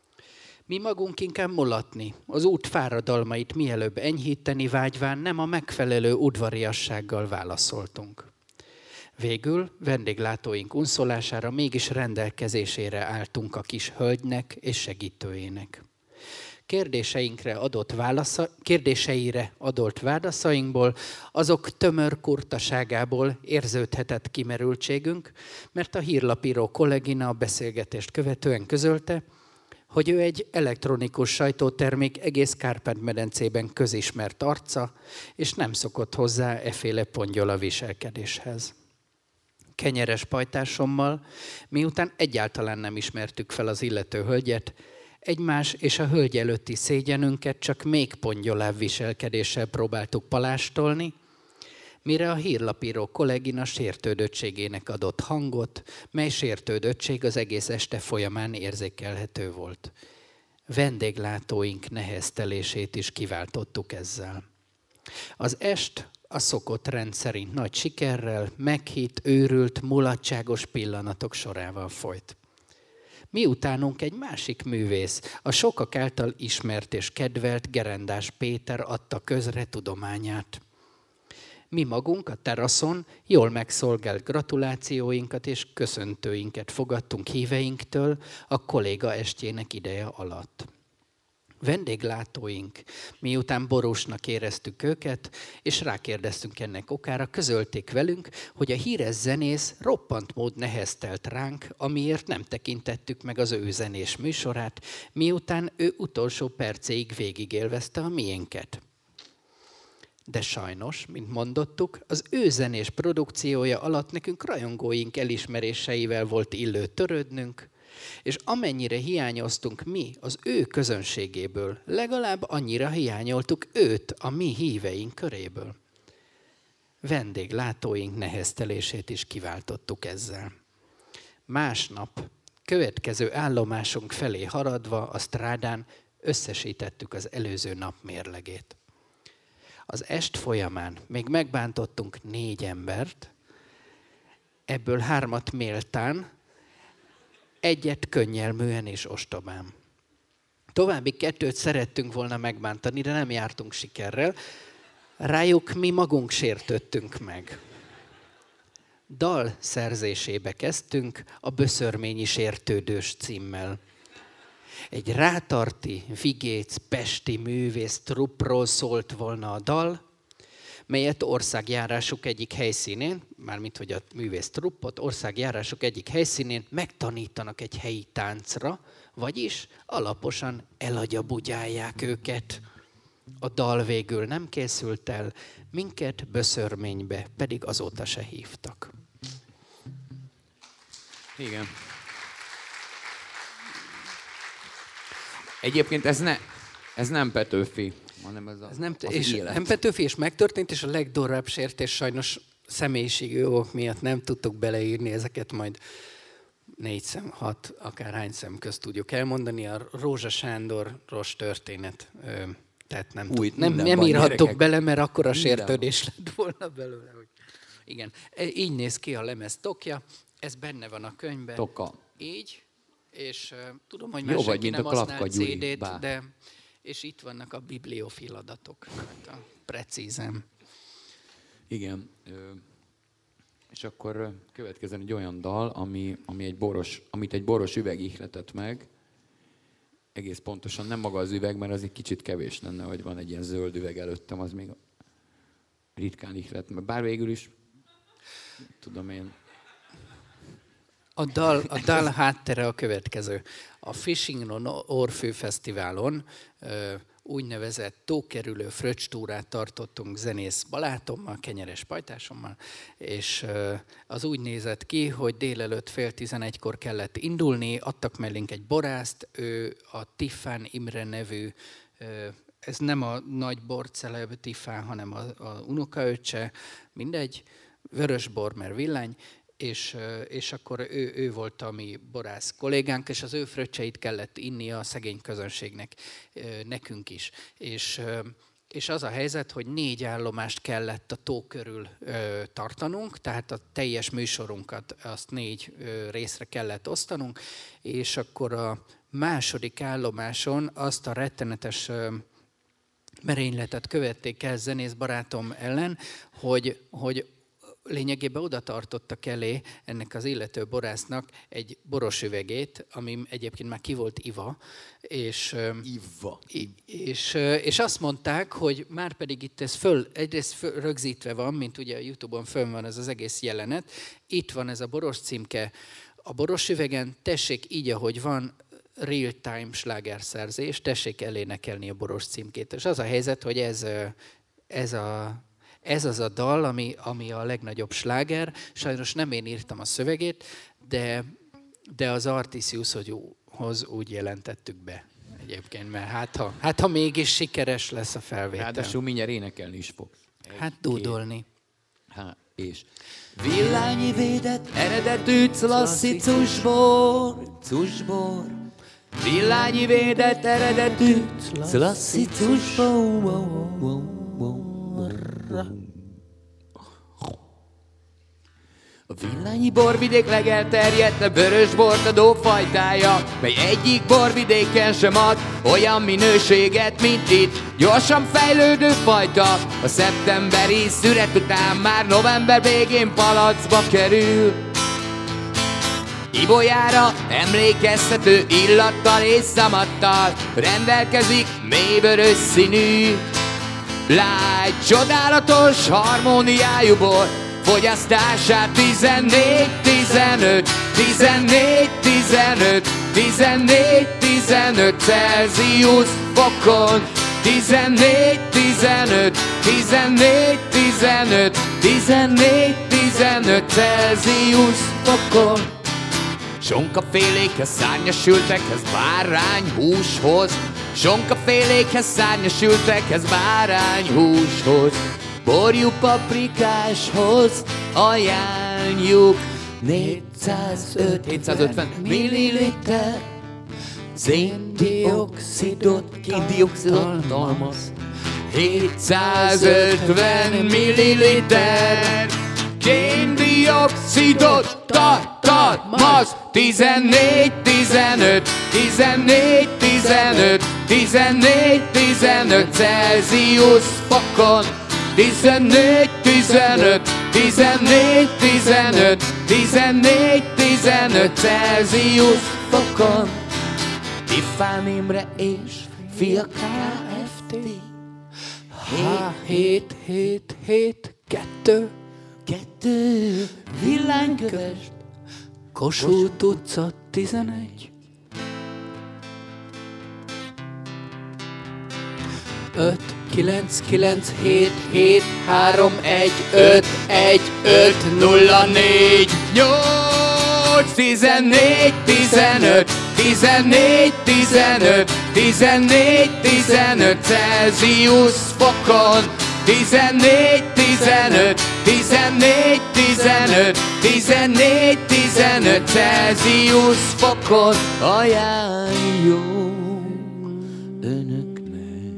Mi magunk inkább mulatni, az út fáradalmait mielőbb enyhíteni vágyván nem a megfelelő udvariassággal válaszoltunk. Végül vendéglátóink unszolására mégis rendelkezésére álltunk a kis hölgynek és segítőjének. Kérdéseinkre adott válasza, kérdéseire adott válaszainkból, azok tömör kurtaságából érződhetett kimerültségünk, mert a hírlapíró kollégina a beszélgetést követően közölte, hogy ő egy elektronikus sajtótermék egész Kárpát-medencében közismert arca, és nem szokott hozzá efféle pongyola viselkedéshez. Kenyeres pajtásommal, miután egyáltalán nem ismertük fel az illető hölgyet, egymás és a hölgy előtti szégyenünket csak még pongyolább viselkedéssel próbáltuk palástolni, mire a hírlapíró kollégina sértődöttségének adott hangot, mely sértődöttség az egész este folyamán érzékelhető volt. Vendéglátóink neheztelését is kiváltottuk ezzel. Az est a szokott rend szerint nagy sikerrel, meghitt, őrült, mulatságos pillanatok sorával folyt. Miutánunk egy másik művész, a sokak által ismert és kedvelt Gerendás Péter adta közre tudományát. Mi magunk a teraszon jól megszolgált gratulációinkat és köszöntőinket fogadtunk híveinktől a kolléga estjének ideje alatt. Vendéglátóink, miután borúsnak éreztük őket, és rákérdeztünk ennek okára, közölték velünk, hogy a híres zenész roppant mód neheztelt ránk, amiért nem tekintettük meg az ő zenés műsorát, miután ő utolsó percéig végigélvezte a miénket. De sajnos, mint mondottuk, az ő zenés produkciója alatt nekünk rajongóink elismeréseivel volt illő törődnünk, és amennyire hiányoztunk mi az ő közönségéből, legalább annyira hiányoltuk őt a mi híveink köréből. Vendéglátóink neheztelését is kiváltottuk ezzel. Másnap, következő állomásunk felé haradva a strádán összesítettük az előző nap mérlegét. Az est folyamán még megbántottunk négy embert, ebből hármat méltán, egyet könnyelműen és ostobán. További kettőt szerettünk volna megbántani, de nem jártunk sikerrel. Rájuk mi magunk sértődtünk meg. Dal szerzésébe kezdtünk a Böszörményi Sértődős címmel. Egy rátarti, vigéc, pesti művész truppról szólt volna a dal, melyet országjárásuk egyik helyszínén, mármint hogy a művész truppot országjárásuk egyik helyszínén megtanítanak egy helyi táncra, vagyis alaposan elagyabugyálják őket. A dal végül nem készült el, minket Böszörménybe pedig azóta se hívtak. Igen. Egyébként ez, ne, ez nem Petőfi, hanem ez, a, ez nem, az és élet. nem Petőfi, és megtörtént, és a legdurvább sértés sajnos személyiségi jogok miatt nem tudtuk beleírni ezeket, majd négy szem, hat, akárhány szem közt tudjuk elmondani. A Rózsa Sándor-ros történet, tehát nem, Új, tud, nem, nem írhattuk gyerekek. Bele, mert akkora sértődés lett volna belőle. Hogy... Igen, így néz ki a lemez tokja, ez benne van a könyvben. Toka. Így, és uh, tudom, hogy már jó senki vagy, nem a használ Gyuri, cé dét, bár. de és itt vannak a bibliofil adatok, hát a precízen. Igen, és akkor következzen egy olyan dal, ami, ami egy boros, amit egy boros üveg ihletett meg. Egész pontosan nem maga az üveg, mert az egy kicsit kevés lenne, hogy van egy ilyen zöld üveg előttem, az még ritkán ihlet meg. Bár végül is, tudom én. A dal, a dal háttere a következő. A Fishing on Orfű Fesztiválon úgynevezett tókerülő fröccstúrát tartottunk zenész barátommal, Kenyeres pajtásommal, és az úgy nézett ki, hogy délelőtt fél tizenegykor kellett indulni, adtak mellénk egy borászt, ő a Tiffán Imre nevű, ez nem a nagy borceleb Tiffán, hanem a, a unokaöccse, mindegy, vörösbor, mert villány, És, és akkor ő, ő volt a mi borász kollégánk, és az ő fröccseit kellett inni a szegény közönségnek, nekünk is. És és az a helyzet, hogy négy állomást kellett a tó körül ö, tartanunk, tehát a teljes műsorunkat azt négy ö, részre kellett osztanunk, és akkor a második állomáson azt a rettenetes ö, merényletet követték el zenész barátom ellen, hogy, hogy lényegében oda tartottak elé ennek az illető borásznak egy boros üvegét, ami egyébként már ki volt iva, és, Iva. és, és azt mondták, hogy már pedig itt ez föl, egyrészt föl, rögzítve van, mint ugye a YouTube-on fönn van ez az egész jelenet, itt van ez a boros címke a boros üvegen, tessék így, ahogy van, real-time slágerszerzés, tessék elénekelni a boros címkét. És az a helyzet, hogy ez, ez a Ez az a dal, ami, ami a legnagyobb sláger. Sajnos nem én írtam a szövegét, de, de az Artisiushoz úgy jelentettük be egyébként, mert hát ha, hát ha mégis sikeres lesz a felvétel. Ráadásul mindjárt énekelni is fogsz. Egy, hát dúdolni. Hát, és... Villányi védett eredetű claszicusbor, cusbor. Villányi védett eredetű claszicusbor. A villányi borvidék legelterjedtebb vörös bort adó fajtája, mely egyik borvidéken sem ad olyan minőséget, mint itt. Gyorsan fejlődő fajta, a szeptemberi szüret után már november végén palacba kerül. Ibolyára emlékeztető illattal és szamattal rendelkezik mély vörös színű. Lágy, csodálatos harmóniájú bor, fogyasztását tizennégy tizenöt, tizennégy tizenöt, tizennégy tizenöt Celsius fokon. tizennégy tizenöt, tizennégy tizenöt, tizennégy tizenöt Celsius fokon. Sonkafélékhez, szárnyasültekhez, bárányhúshoz, sonkafélékhez, szárnyasültekhez, bárányhúshoz, borjú paprikáshoz ajánljuk négyszázötven milliliter széndioxidot, kéndioxidot tartalmaz. hétszázötven milliliter kéndioxidot tartalmaz. tizennégy tizenöt, tizennégy tizenöt, tizennégy tizenöt Celsius fokon. tizennégy tizenöt, tizennégy tizenöt, tizennégy tizenöt Celsius fokon. Ifán Imre és Fia Kft. H hét hét hét kettő Kettő villánykövest, Kossuth utca tizenegy. öt kilenc kilenc hét hét három egy öt egy öt nulla négy. nyolc tizennégy tizenöt, tizennégy tizenöt, tizennégy tizenöt Celsius fokon. tizennégy tizenöt, tizennégy tizenöt, tizennégy tizenöt Celsius fokon ajánljuk önöknek.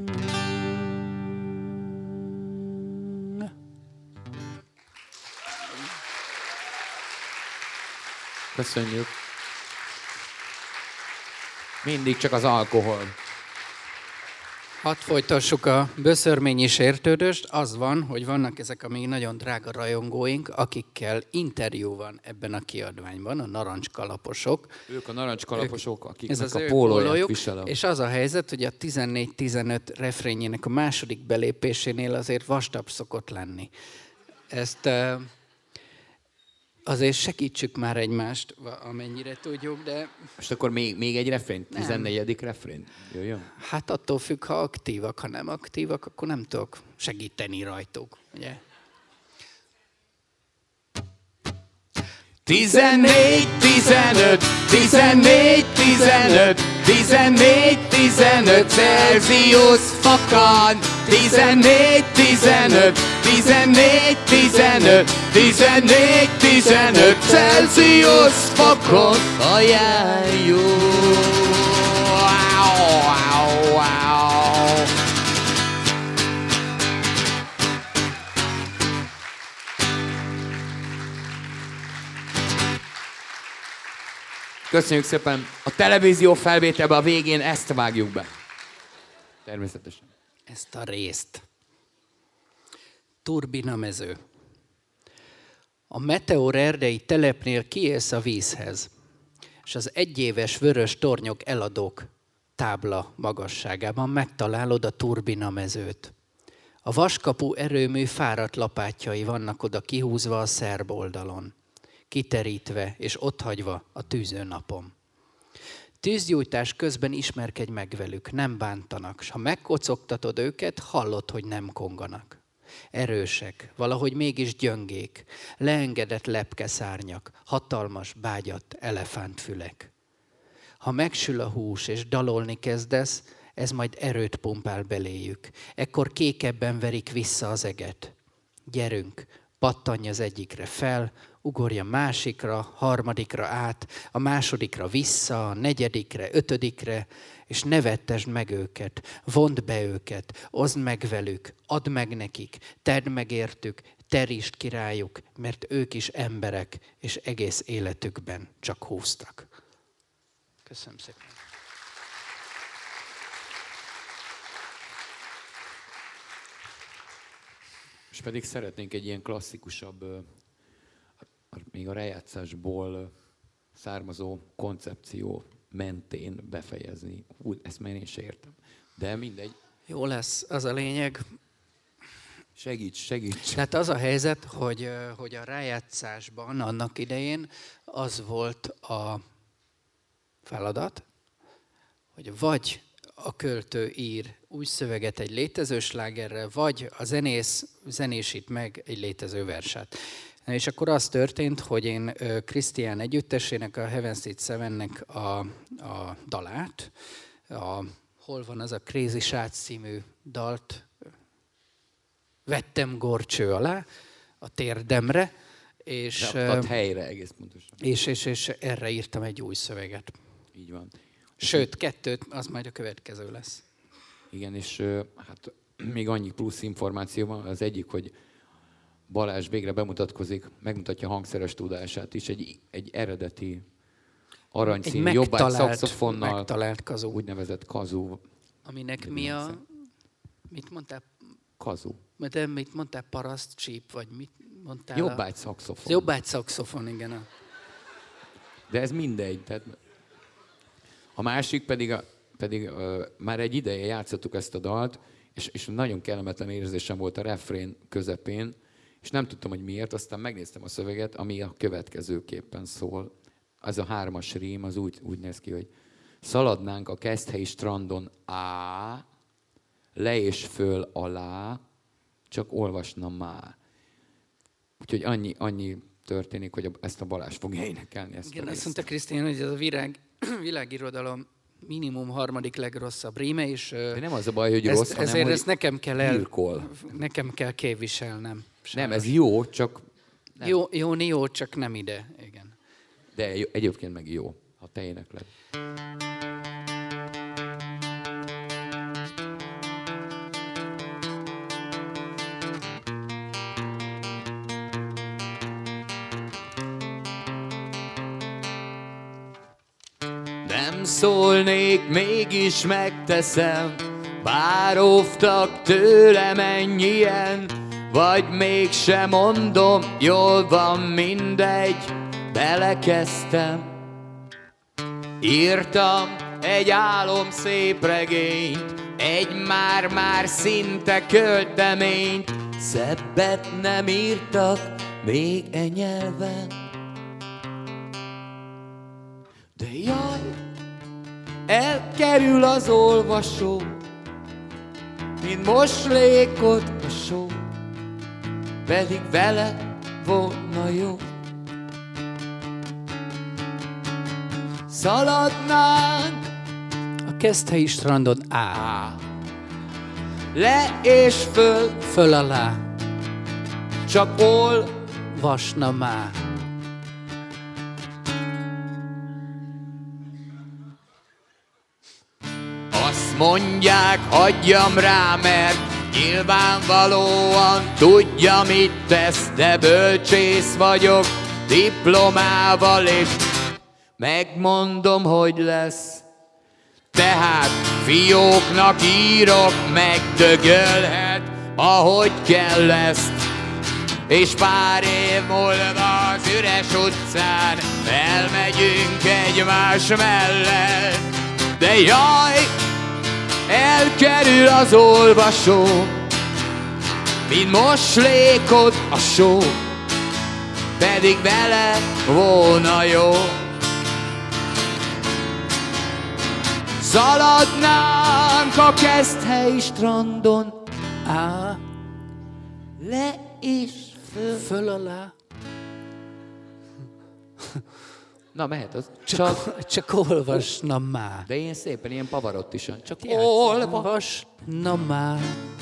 Köszönjük. Mindig csak az alkohol. Hadd folytassuk a böszörményi sértődöst. Az van, hogy vannak ezek a még nagyon drága rajongóink, akikkel interjú van ebben a kiadványban, a narancskalaposok. Ők a narancskalaposok, akiknek Ez a ő pólóját pólójuk, viselem. És az a helyzet, hogy a tizennégy tizenöt refrényének a második belépésénél azért vastabb szokott lenni. Ezt uh, azért segítsük már egymást, amennyire tudjuk, de... És akkor még, még egy refrén, tizennegyedik refrén. Jöjjön. Hát attól függ, ha aktívak, ha nem aktívak, akkor nem tudok segíteni rajtuk, ugye? tizennégy tizenöt, tizennégy tizenöt, tizennégy tizenöt Celsius fokon. tizennégy tizenöt, tizennégy tizenöt, tizennégy tizenöt Celsius fokon ajánljuk. köszönjük szépen. A televízió felvételben a végén ezt vágjuk be. Természetesen. Ezt a részt. Turbinamező. A Meteor erdei telepnél kiélsz a vízhez, és az egyéves vörös tornyok eladók tábla magasságában megtalálod a turbinamezőt. A vaskapu erőmű fáradt lapátjai vannak oda kihúzva a szerb oldalon, kiterítve és otthagyva a tűzőnapon. Tűzgyújtás közben ismerkedj meg velük, nem bántanak, s ha megkocogtatod őket, hallod, hogy nem konganak. Erősek, valahogy mégis gyöngék, leengedett lepkeszárnyak, hatalmas, bágyadt elefántfülek. Ha megsül a hús és dalolni kezdesz, ez majd erőt pumpál beléjük. Ekkor kékebben verik vissza az eget. Gyerünk, pattanj az egyikre fel, ugorj a másikra, harmadikra át, a másodikra vissza, a negyedikre, ötödikre, és ne vettesd meg őket, vondd be őket, oszd meg velük, add meg nekik, tedd meg értük, terítsd ki rájuk, mert ők is emberek, és egész életükben csak húztak. Köszönöm szépen. És pedig szeretnénk egy ilyen klasszikusabb, még a rájátszásból származó koncepció mentén befejezni. Úgy, ezt már én sem értem. De mindegy. Jó lesz, az a lényeg. Segíts, segíts. Tehát az a helyzet, hogy, hogy a rájátszásban annak idején az volt a feladat, hogy vagy a költő ír új szöveget egy létező slágerre, vagy a zenész zenésít meg egy létező verset. És akkor az történt, hogy én Krisztián együttesének, a Heaven Seat Sevennek a, a dalát, a, hol van az a Crazy Srác című dalt, vettem gorcső alá, a térdemre, és, a helyre egész pontosan. És, és, és erre írtam egy új szöveget. Így van. Sőt, kettőt, az majd a következő lesz. Igen, és hát még annyi plusz információ van. Az egyik, hogy Balázs végre bemutatkozik, megmutatja hangszeres tudását is, egy, egy eredeti aranyszín, jobbágy szaxofonnal, megtalált kazú. Úgynevezett kazú. Aminek mi a... Mit mondtál? Kazú. De mit mondtál? Paraszt csíp, vagy mit mondtál? Jobbágy szaxofon. Jobbágy szaxofon, igen. De ez mindegy. Tehát a másik pedig, a, pedig uh, már egy ideje játszottuk ezt a dalt, és, és nagyon kellemetlen érzésem volt a refrén közepén, és nem tudtam, hogy miért, aztán megnéztem a szöveget, ami a következőképpen szól. Az a hármas rím, az úgy, úgy néz ki, hogy szaladnánk a Keszthelyi strandon á, le és föl alá, csak olvasna má. Úgyhogy annyi, annyi történik, hogy ezt a Balázs fogja énekelni. Ezt igen, azt mondta Krisztián, hogy ez a virág, világirodalom minimum harmadik legrosszabb ríme, és de nem az a baj, hogy ezt, rossz, hanem, ezért hogy ezt nekem kell el, birkol. nekem kell képviselnem. Nem, ez jó, csak... Nem. Jó, jó, jó, csak nem ide, igen. De egyébként meg jó, ha te énekled. Nem szólnék, mégis megteszem, bár óvtak tőlem ennyien, vagy mégsem mondom, jól van, mindegy, belekezdtem. Írtam egy álom szép regényt, egy már-már szinte költeményt, szebbet nem írtak még e nyelven. De jaj, elkerül az olvasó, mint moslékot a só, pedig vele volna jó. Szaladnánk a Keszthelyi strandon á, le és föl, föl alá, csak olvasna má. Azt mondják, hagyjam rá, mert nyilvánvalóan tudja, mit tesz, de bölcsész vagyok, diplomával és megmondom, hogy lesz. Tehát fióknak írok, megdögölhet, ahogy kell ezt. És pár év múlva az üres utcán elmegyünk egymás mellett. De jaj, elkerül az olvasó, mint moslékod a só, pedig vele volna jó. Szaladnánk a Keszthelyi strandon, á, le és föl, föl alá. Na, mehet az. Csak, csak olvasna már. De én szépen, ilyen pavarottisan. Csak olvasna már.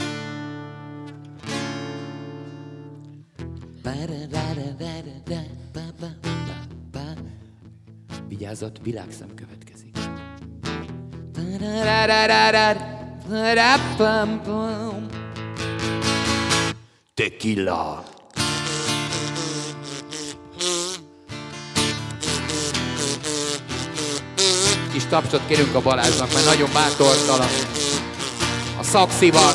Vigyázzat, világszem következik. Tequila. Kis tapsot kérünk a Balázsnak, mert nagyon bátortalan. A szakszival.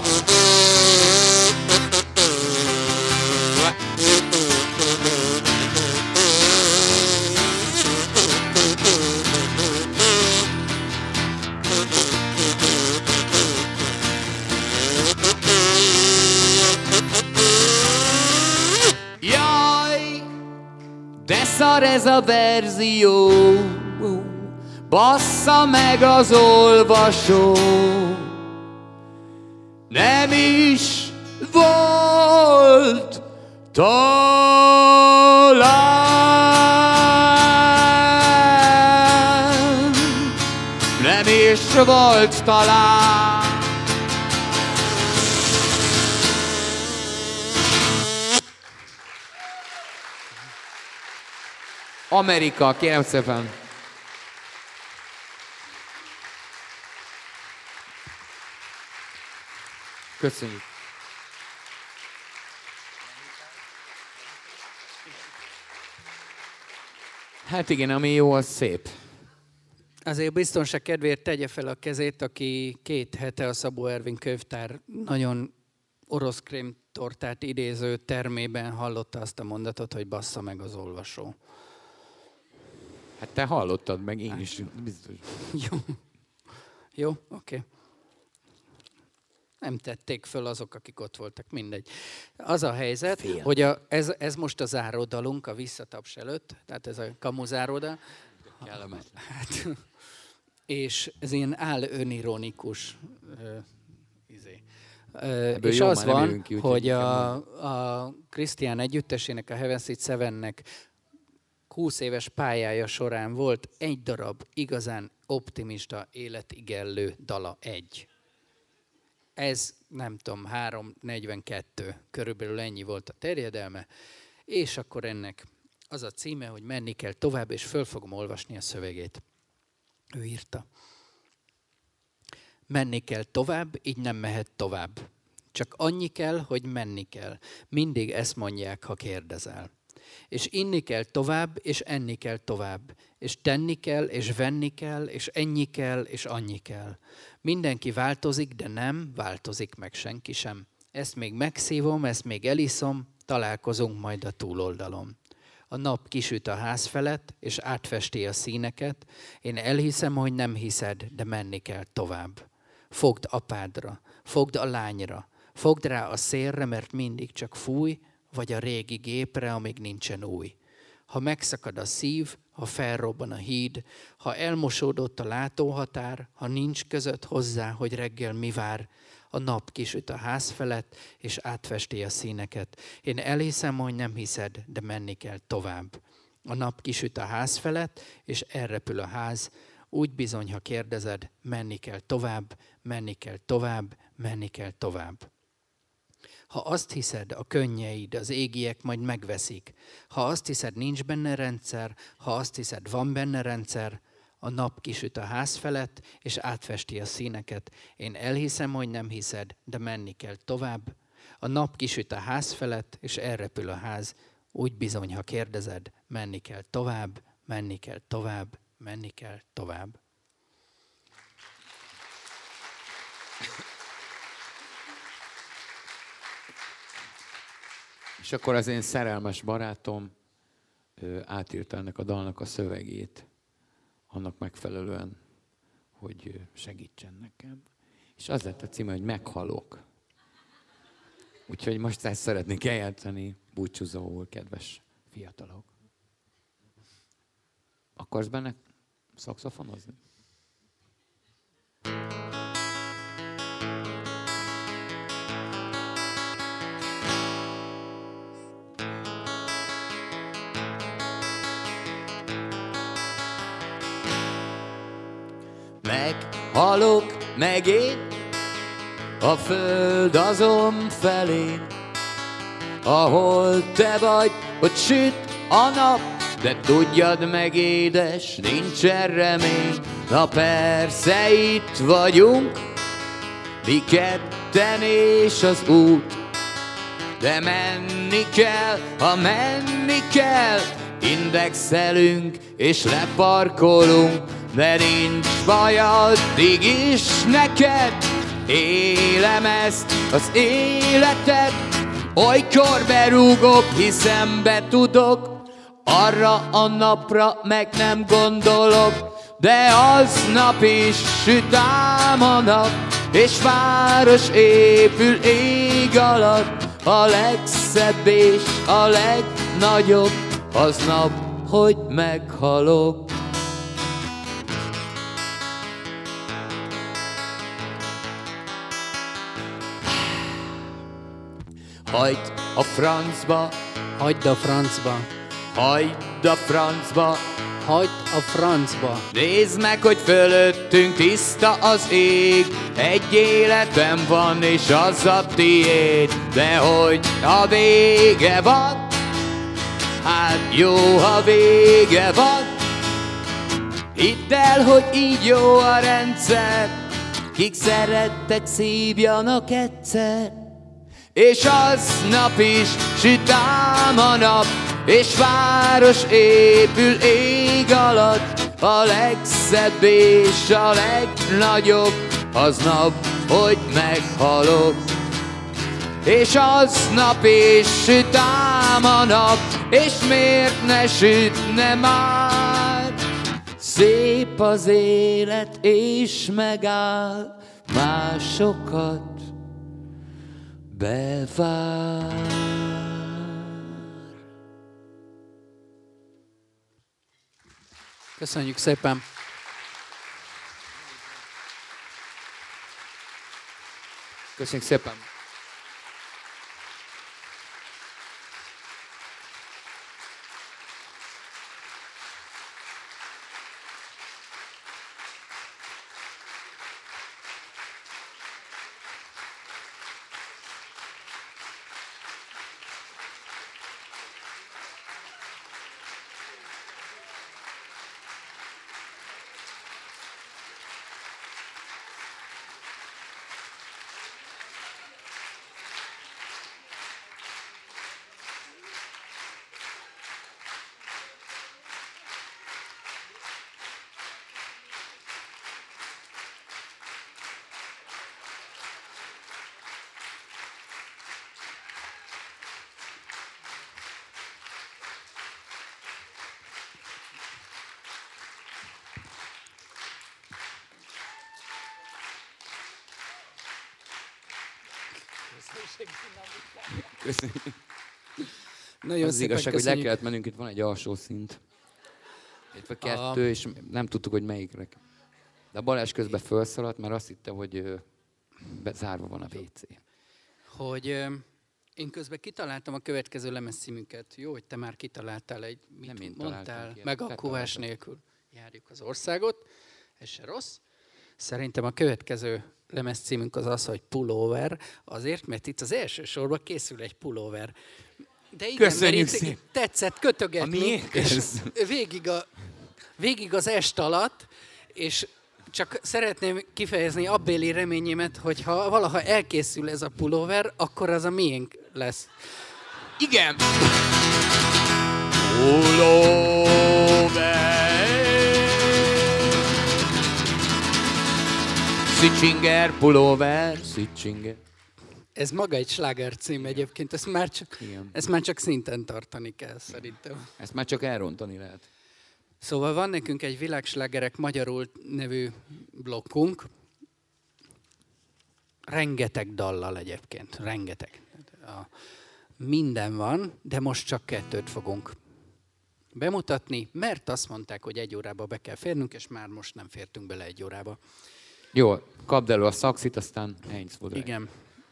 Jaj, de szar ez a verzió, bassza meg az olvasó. Nem is volt talán, nem is volt talán. Amerika, kérem szépen. Köszönjük. Hát igen, ami jó, az szép. Azért biztonság kedvéért tegye fel a kezét, aki két hete a Szabó Ervin könyvtár nagyon orosz krémtortát idéző termében hallotta azt a mondatot, hogy bassza meg az olvasó. Hát te hallottad meg, én is biztos. Jó, jó, oké. Okay. Nem tették föl azok, akik ott voltak, mindegy. Az a helyzet, Fél. hogy a, ez, ez most a záródalunk a visszataps előtt, tehát ez a kamu záródal. Hát, és ez ilyen áll önironikus. Uh, izé. Uh, és jó, az van, ki, hogy a, a Krisztián együttesének, a Heaven Seat Sevennek húsz éves pályája során volt egy darab igazán optimista, életigellő dala, egy. Ez, nem tudom, három negyvenkettő, körülbelül ennyi volt a terjedelme, és akkor ennek az a címe, hogy menni kell tovább, és föl fogom olvasni a szövegét. Ő írta. Menni kell tovább, így nem mehet tovább. Csak annyi kell, hogy menni kell. Mindig ezt mondják, ha kérdezel. És inni kell tovább, és enni kell tovább. És tenni kell, és venni kell, és ennyi kell, és annyi kell. Mindenki változik, de nem változik meg senki sem. Ezt még megszívom, ezt még eliszom, találkozunk majd a túloldalon. A nap kisüt a ház felett, és átfesti a színeket. Én elhiszem, hogy nem hiszed, de menni kell tovább. Fogd apádra, fogd a lányra, fogd rá a szélre, mert mindig csak fúj, vagy a régi gépre, amíg nincsen új. Ha megszakad a szív, ha felrobban a híd, ha elmosódott a látóhatár, ha nincs között hozzá, hogy reggel mi vár, a nap kisüt a ház felett, és átfesti a színeket. Én elhiszem, hogy nem hiszed, de menni kell tovább. A nap kisüt a ház felett, és elrepül a ház. Úgy bizony, ha kérdezed, menni kell tovább, menni kell tovább, menni kell tovább. Ha azt hiszed, a könnyeid, az égiek majd megveszik. Ha azt hiszed, nincs benne rendszer, ha azt hiszed, van benne rendszer, a nap kisüt a ház felett, és átfesti a színeket. Én elhiszem, hogy nem hiszed, de menni kell tovább. A nap kisüt a ház felett, és elrepül a ház. Úgy bizony, ha kérdezed, menni kell tovább, menni kell tovább, menni kell tovább. És akkor az én szerelmes barátom átírta ennek a dalnak a szövegét, annak megfelelően, hogy segítsen nekem. És az lett a címe, hogy Meghalok. Úgyhogy most ezt szeretnék eljátszani búcsúzóul, kedves fiatalok. Akarsz benne szaxofonozni? Meghalok megint a föld azon felén, ahol te vagy, hogy süt a nap, de tudjad meg, édes, nincsen remény. Na persze itt vagyunk, mi ketten és az út, de menni kell, ha menni kell, indexelünk és leparkolunk, de nincs baj addig is neked, élem ezt az életet, olykor berúgok, hiszen betudok, arra a napra meg nem gondolok, de aznap is süt ám a nap, és város épül ég alatt, a legszebb és a legnagyobb aznap, hogy meghalok. Hagyd a francba, Hagyd a francba, hagyd a francba, hagyd a francba. nézd meg, hogy fölöttünk tiszta az ég, egy életem van, és az a tiéd, de hogy a vége van, hát jó, ha vége van. Hidd el, hogy így jó a rendszer, kik szerettek szívjanak egyszer, és aznap is süt ám a nap, és város épül ég alatt, a legszebb és a legnagyobb aznap, hogy meghalok. És aznap is süt ám a nap, és miért ne sütne már? Szép az élet és megáll, másokat bevár. Köszönjük szépen! Köszönjük szépen! Köszönjük. Nagyon az szépen igazság, hogy le köszönjük. kellett mennünk, itt van egy alsó szint. Itt van kettő, A- és nem tudtuk, hogy melyikre. De a Balázs közben felszaladt, mert azt hitte, hogy ö, bezárva van a vé cé. Hogy ö, én közben kitaláltam a következő lemezcímünket. Jó, hogy te már kitaláltál egy, mit Nem én mondtál, találtam ki, meg a te kuvás találtad. nélkül. Járjuk az országot, ez se rossz. Szerintem a következő lemezcímünk az az, hogy pulóver, azért, mert itt az első sorban készül egy pulóver. De igen, Köszönjük mert itt szépen. tetszett kötögetni, A miénk és ez? végig, a, végig az est alatt, és csak szeretném kifejezni abbéli reményemet, hogy ha valaha elkészül ez a pulóver, akkor az a miénk lesz. Igen! Pulóver, Szicsinger pulóver, Szicsinger. Ez maga egy sláger cím egyébként, ezt már, csak, ezt már csak szinten tartani kell szerintem. Ezt már csak elrontani lehet. Szóval van nekünk egy világslágerek magyarul nevű blokkunk, rengeteg dallal egyébként, rengeteg. A, minden van, de most csak kettőt fogunk bemutatni, mert azt mondták, hogy egy órába be kell férnünk, és már most nem fértünk bele egy órába. Jó, kapd elő a szaxit, aztán eins, zwei, drei. Igen.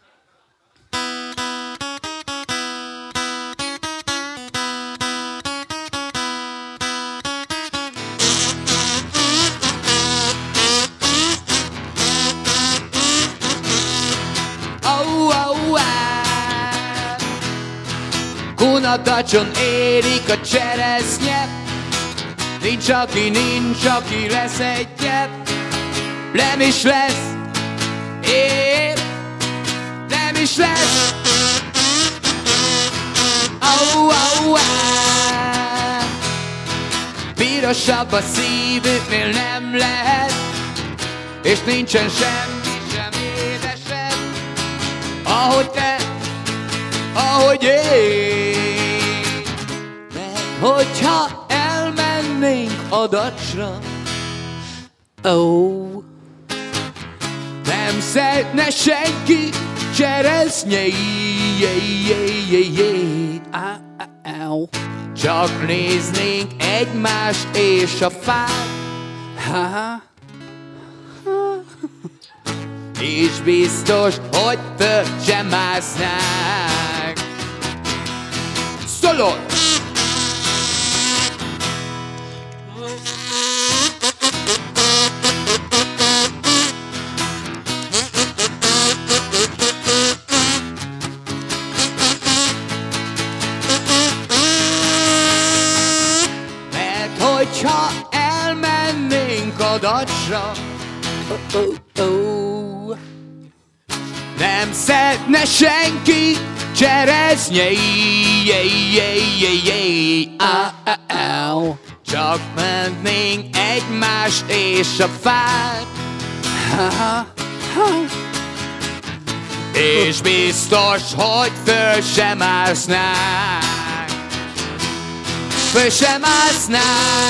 Kunadacson érik a cseresznye, nincs aki, nincs aki lesz egyet. Nem is lesz, épp, nem is lesz. Au, au, au. Pirosabb a szívüknél nem lehet, és nincsen semmi sem édesebb, ahogy te, ahogy én. Mert hogyha elmennénk a Dacsra, Oh. nem szeretne senki cseresznyei, csak néznénk egymást és a fát, Ha-ha. és biztos, hogy föl sem másznánk. Szólod! Hogyha elmennénk a Dacsra, Oh, oh, oh. nem szeretne senki cseresznyei, Ah, ah, oh. csak mennénk egymást és a fát, Ha-ha. Ha. és biztos, hogy föl sem másznánk. Föl sem másznánk,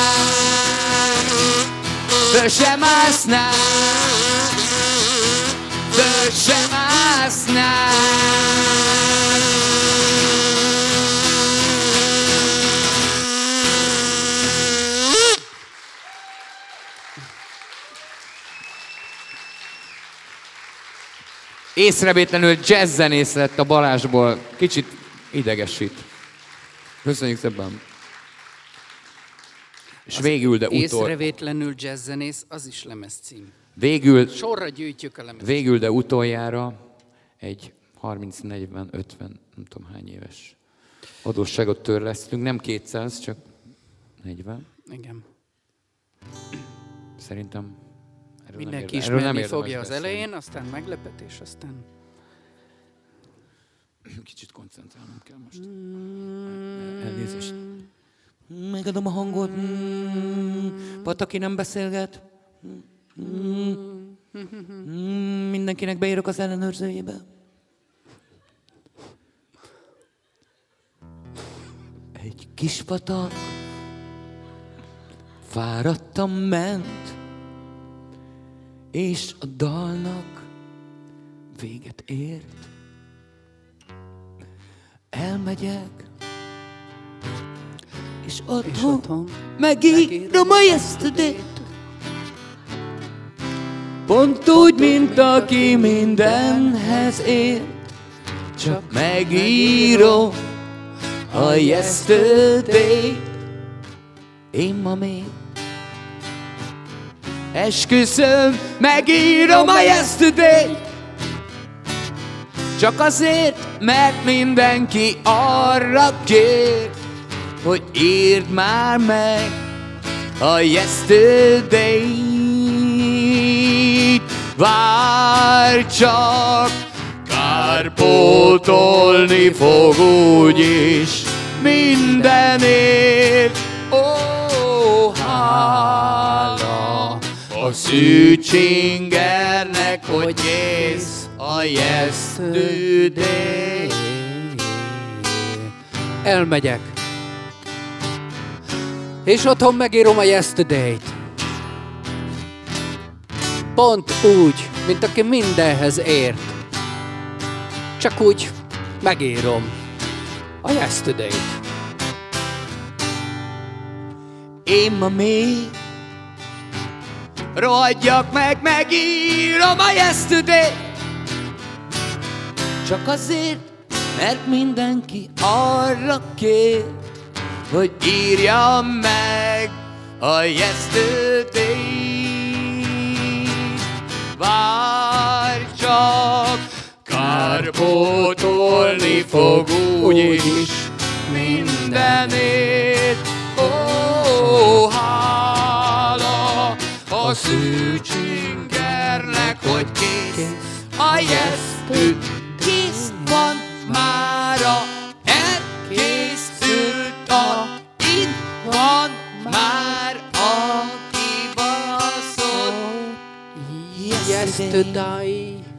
föl sem másznánk, föl sem másznánk. Észrevétlenül jazzzenész lett a Balázsból. Kicsit idegesít. Köszönjük szépen. És Az végül, de utol... Észrevétlenül jazzzenész, az is lemezcím. Végül, Sorra gyűjtjük a lemez. végül, de utoljára egy harminc, negyven, ötven, nem tudom hány éves adósságot törlesztünk. Nem kétszáz, csak negyven. Igen. Szerintem erről Mindenki nem, érde, erről nem ismerni érdemes fogja az beszélni. elején, aztán meglepetés, aztán... Kicsit koncentrálnom kell most. Elnézést. Megadom a hangot. Pataki nem beszélget. Mindenkinek beírok az ellenőrzőjébe. Egy kis patak fáradtam ment, és a dalnak véget ért. Elmegyek, és otthon, És otthon megírom a yesterday-t. Pont úgy, mint aki mindenhez ért, csak megírom a yesterday-t. Én ma még esküszöm, megírom a yesterday-t. Csak azért, mert mindenki arra kér, hogy írd már meg a yesterday-t. Várj csak, kárpótolni fog úgyis mindenért. Ó, hála a a szűcsingernek, hogy kész a yesterday. Elmegyek, és otthon megírom a yesterday-t. Pont úgy, mint aki mindenhez ért. Csak úgy megírom a yesterday-t. Én ma még rohadjak meg, megírom a yesterday. Csak azért, mert mindenki arra kér, hogy írjam meg a yesterday. Várj csak, kárpótolni fog úgyis mindenért. Ó, hála a szűcsingernek, hogy kész a yesterday. Kész van mára, elkészült a, itt van már a kibaszott yesterday. Yesterday.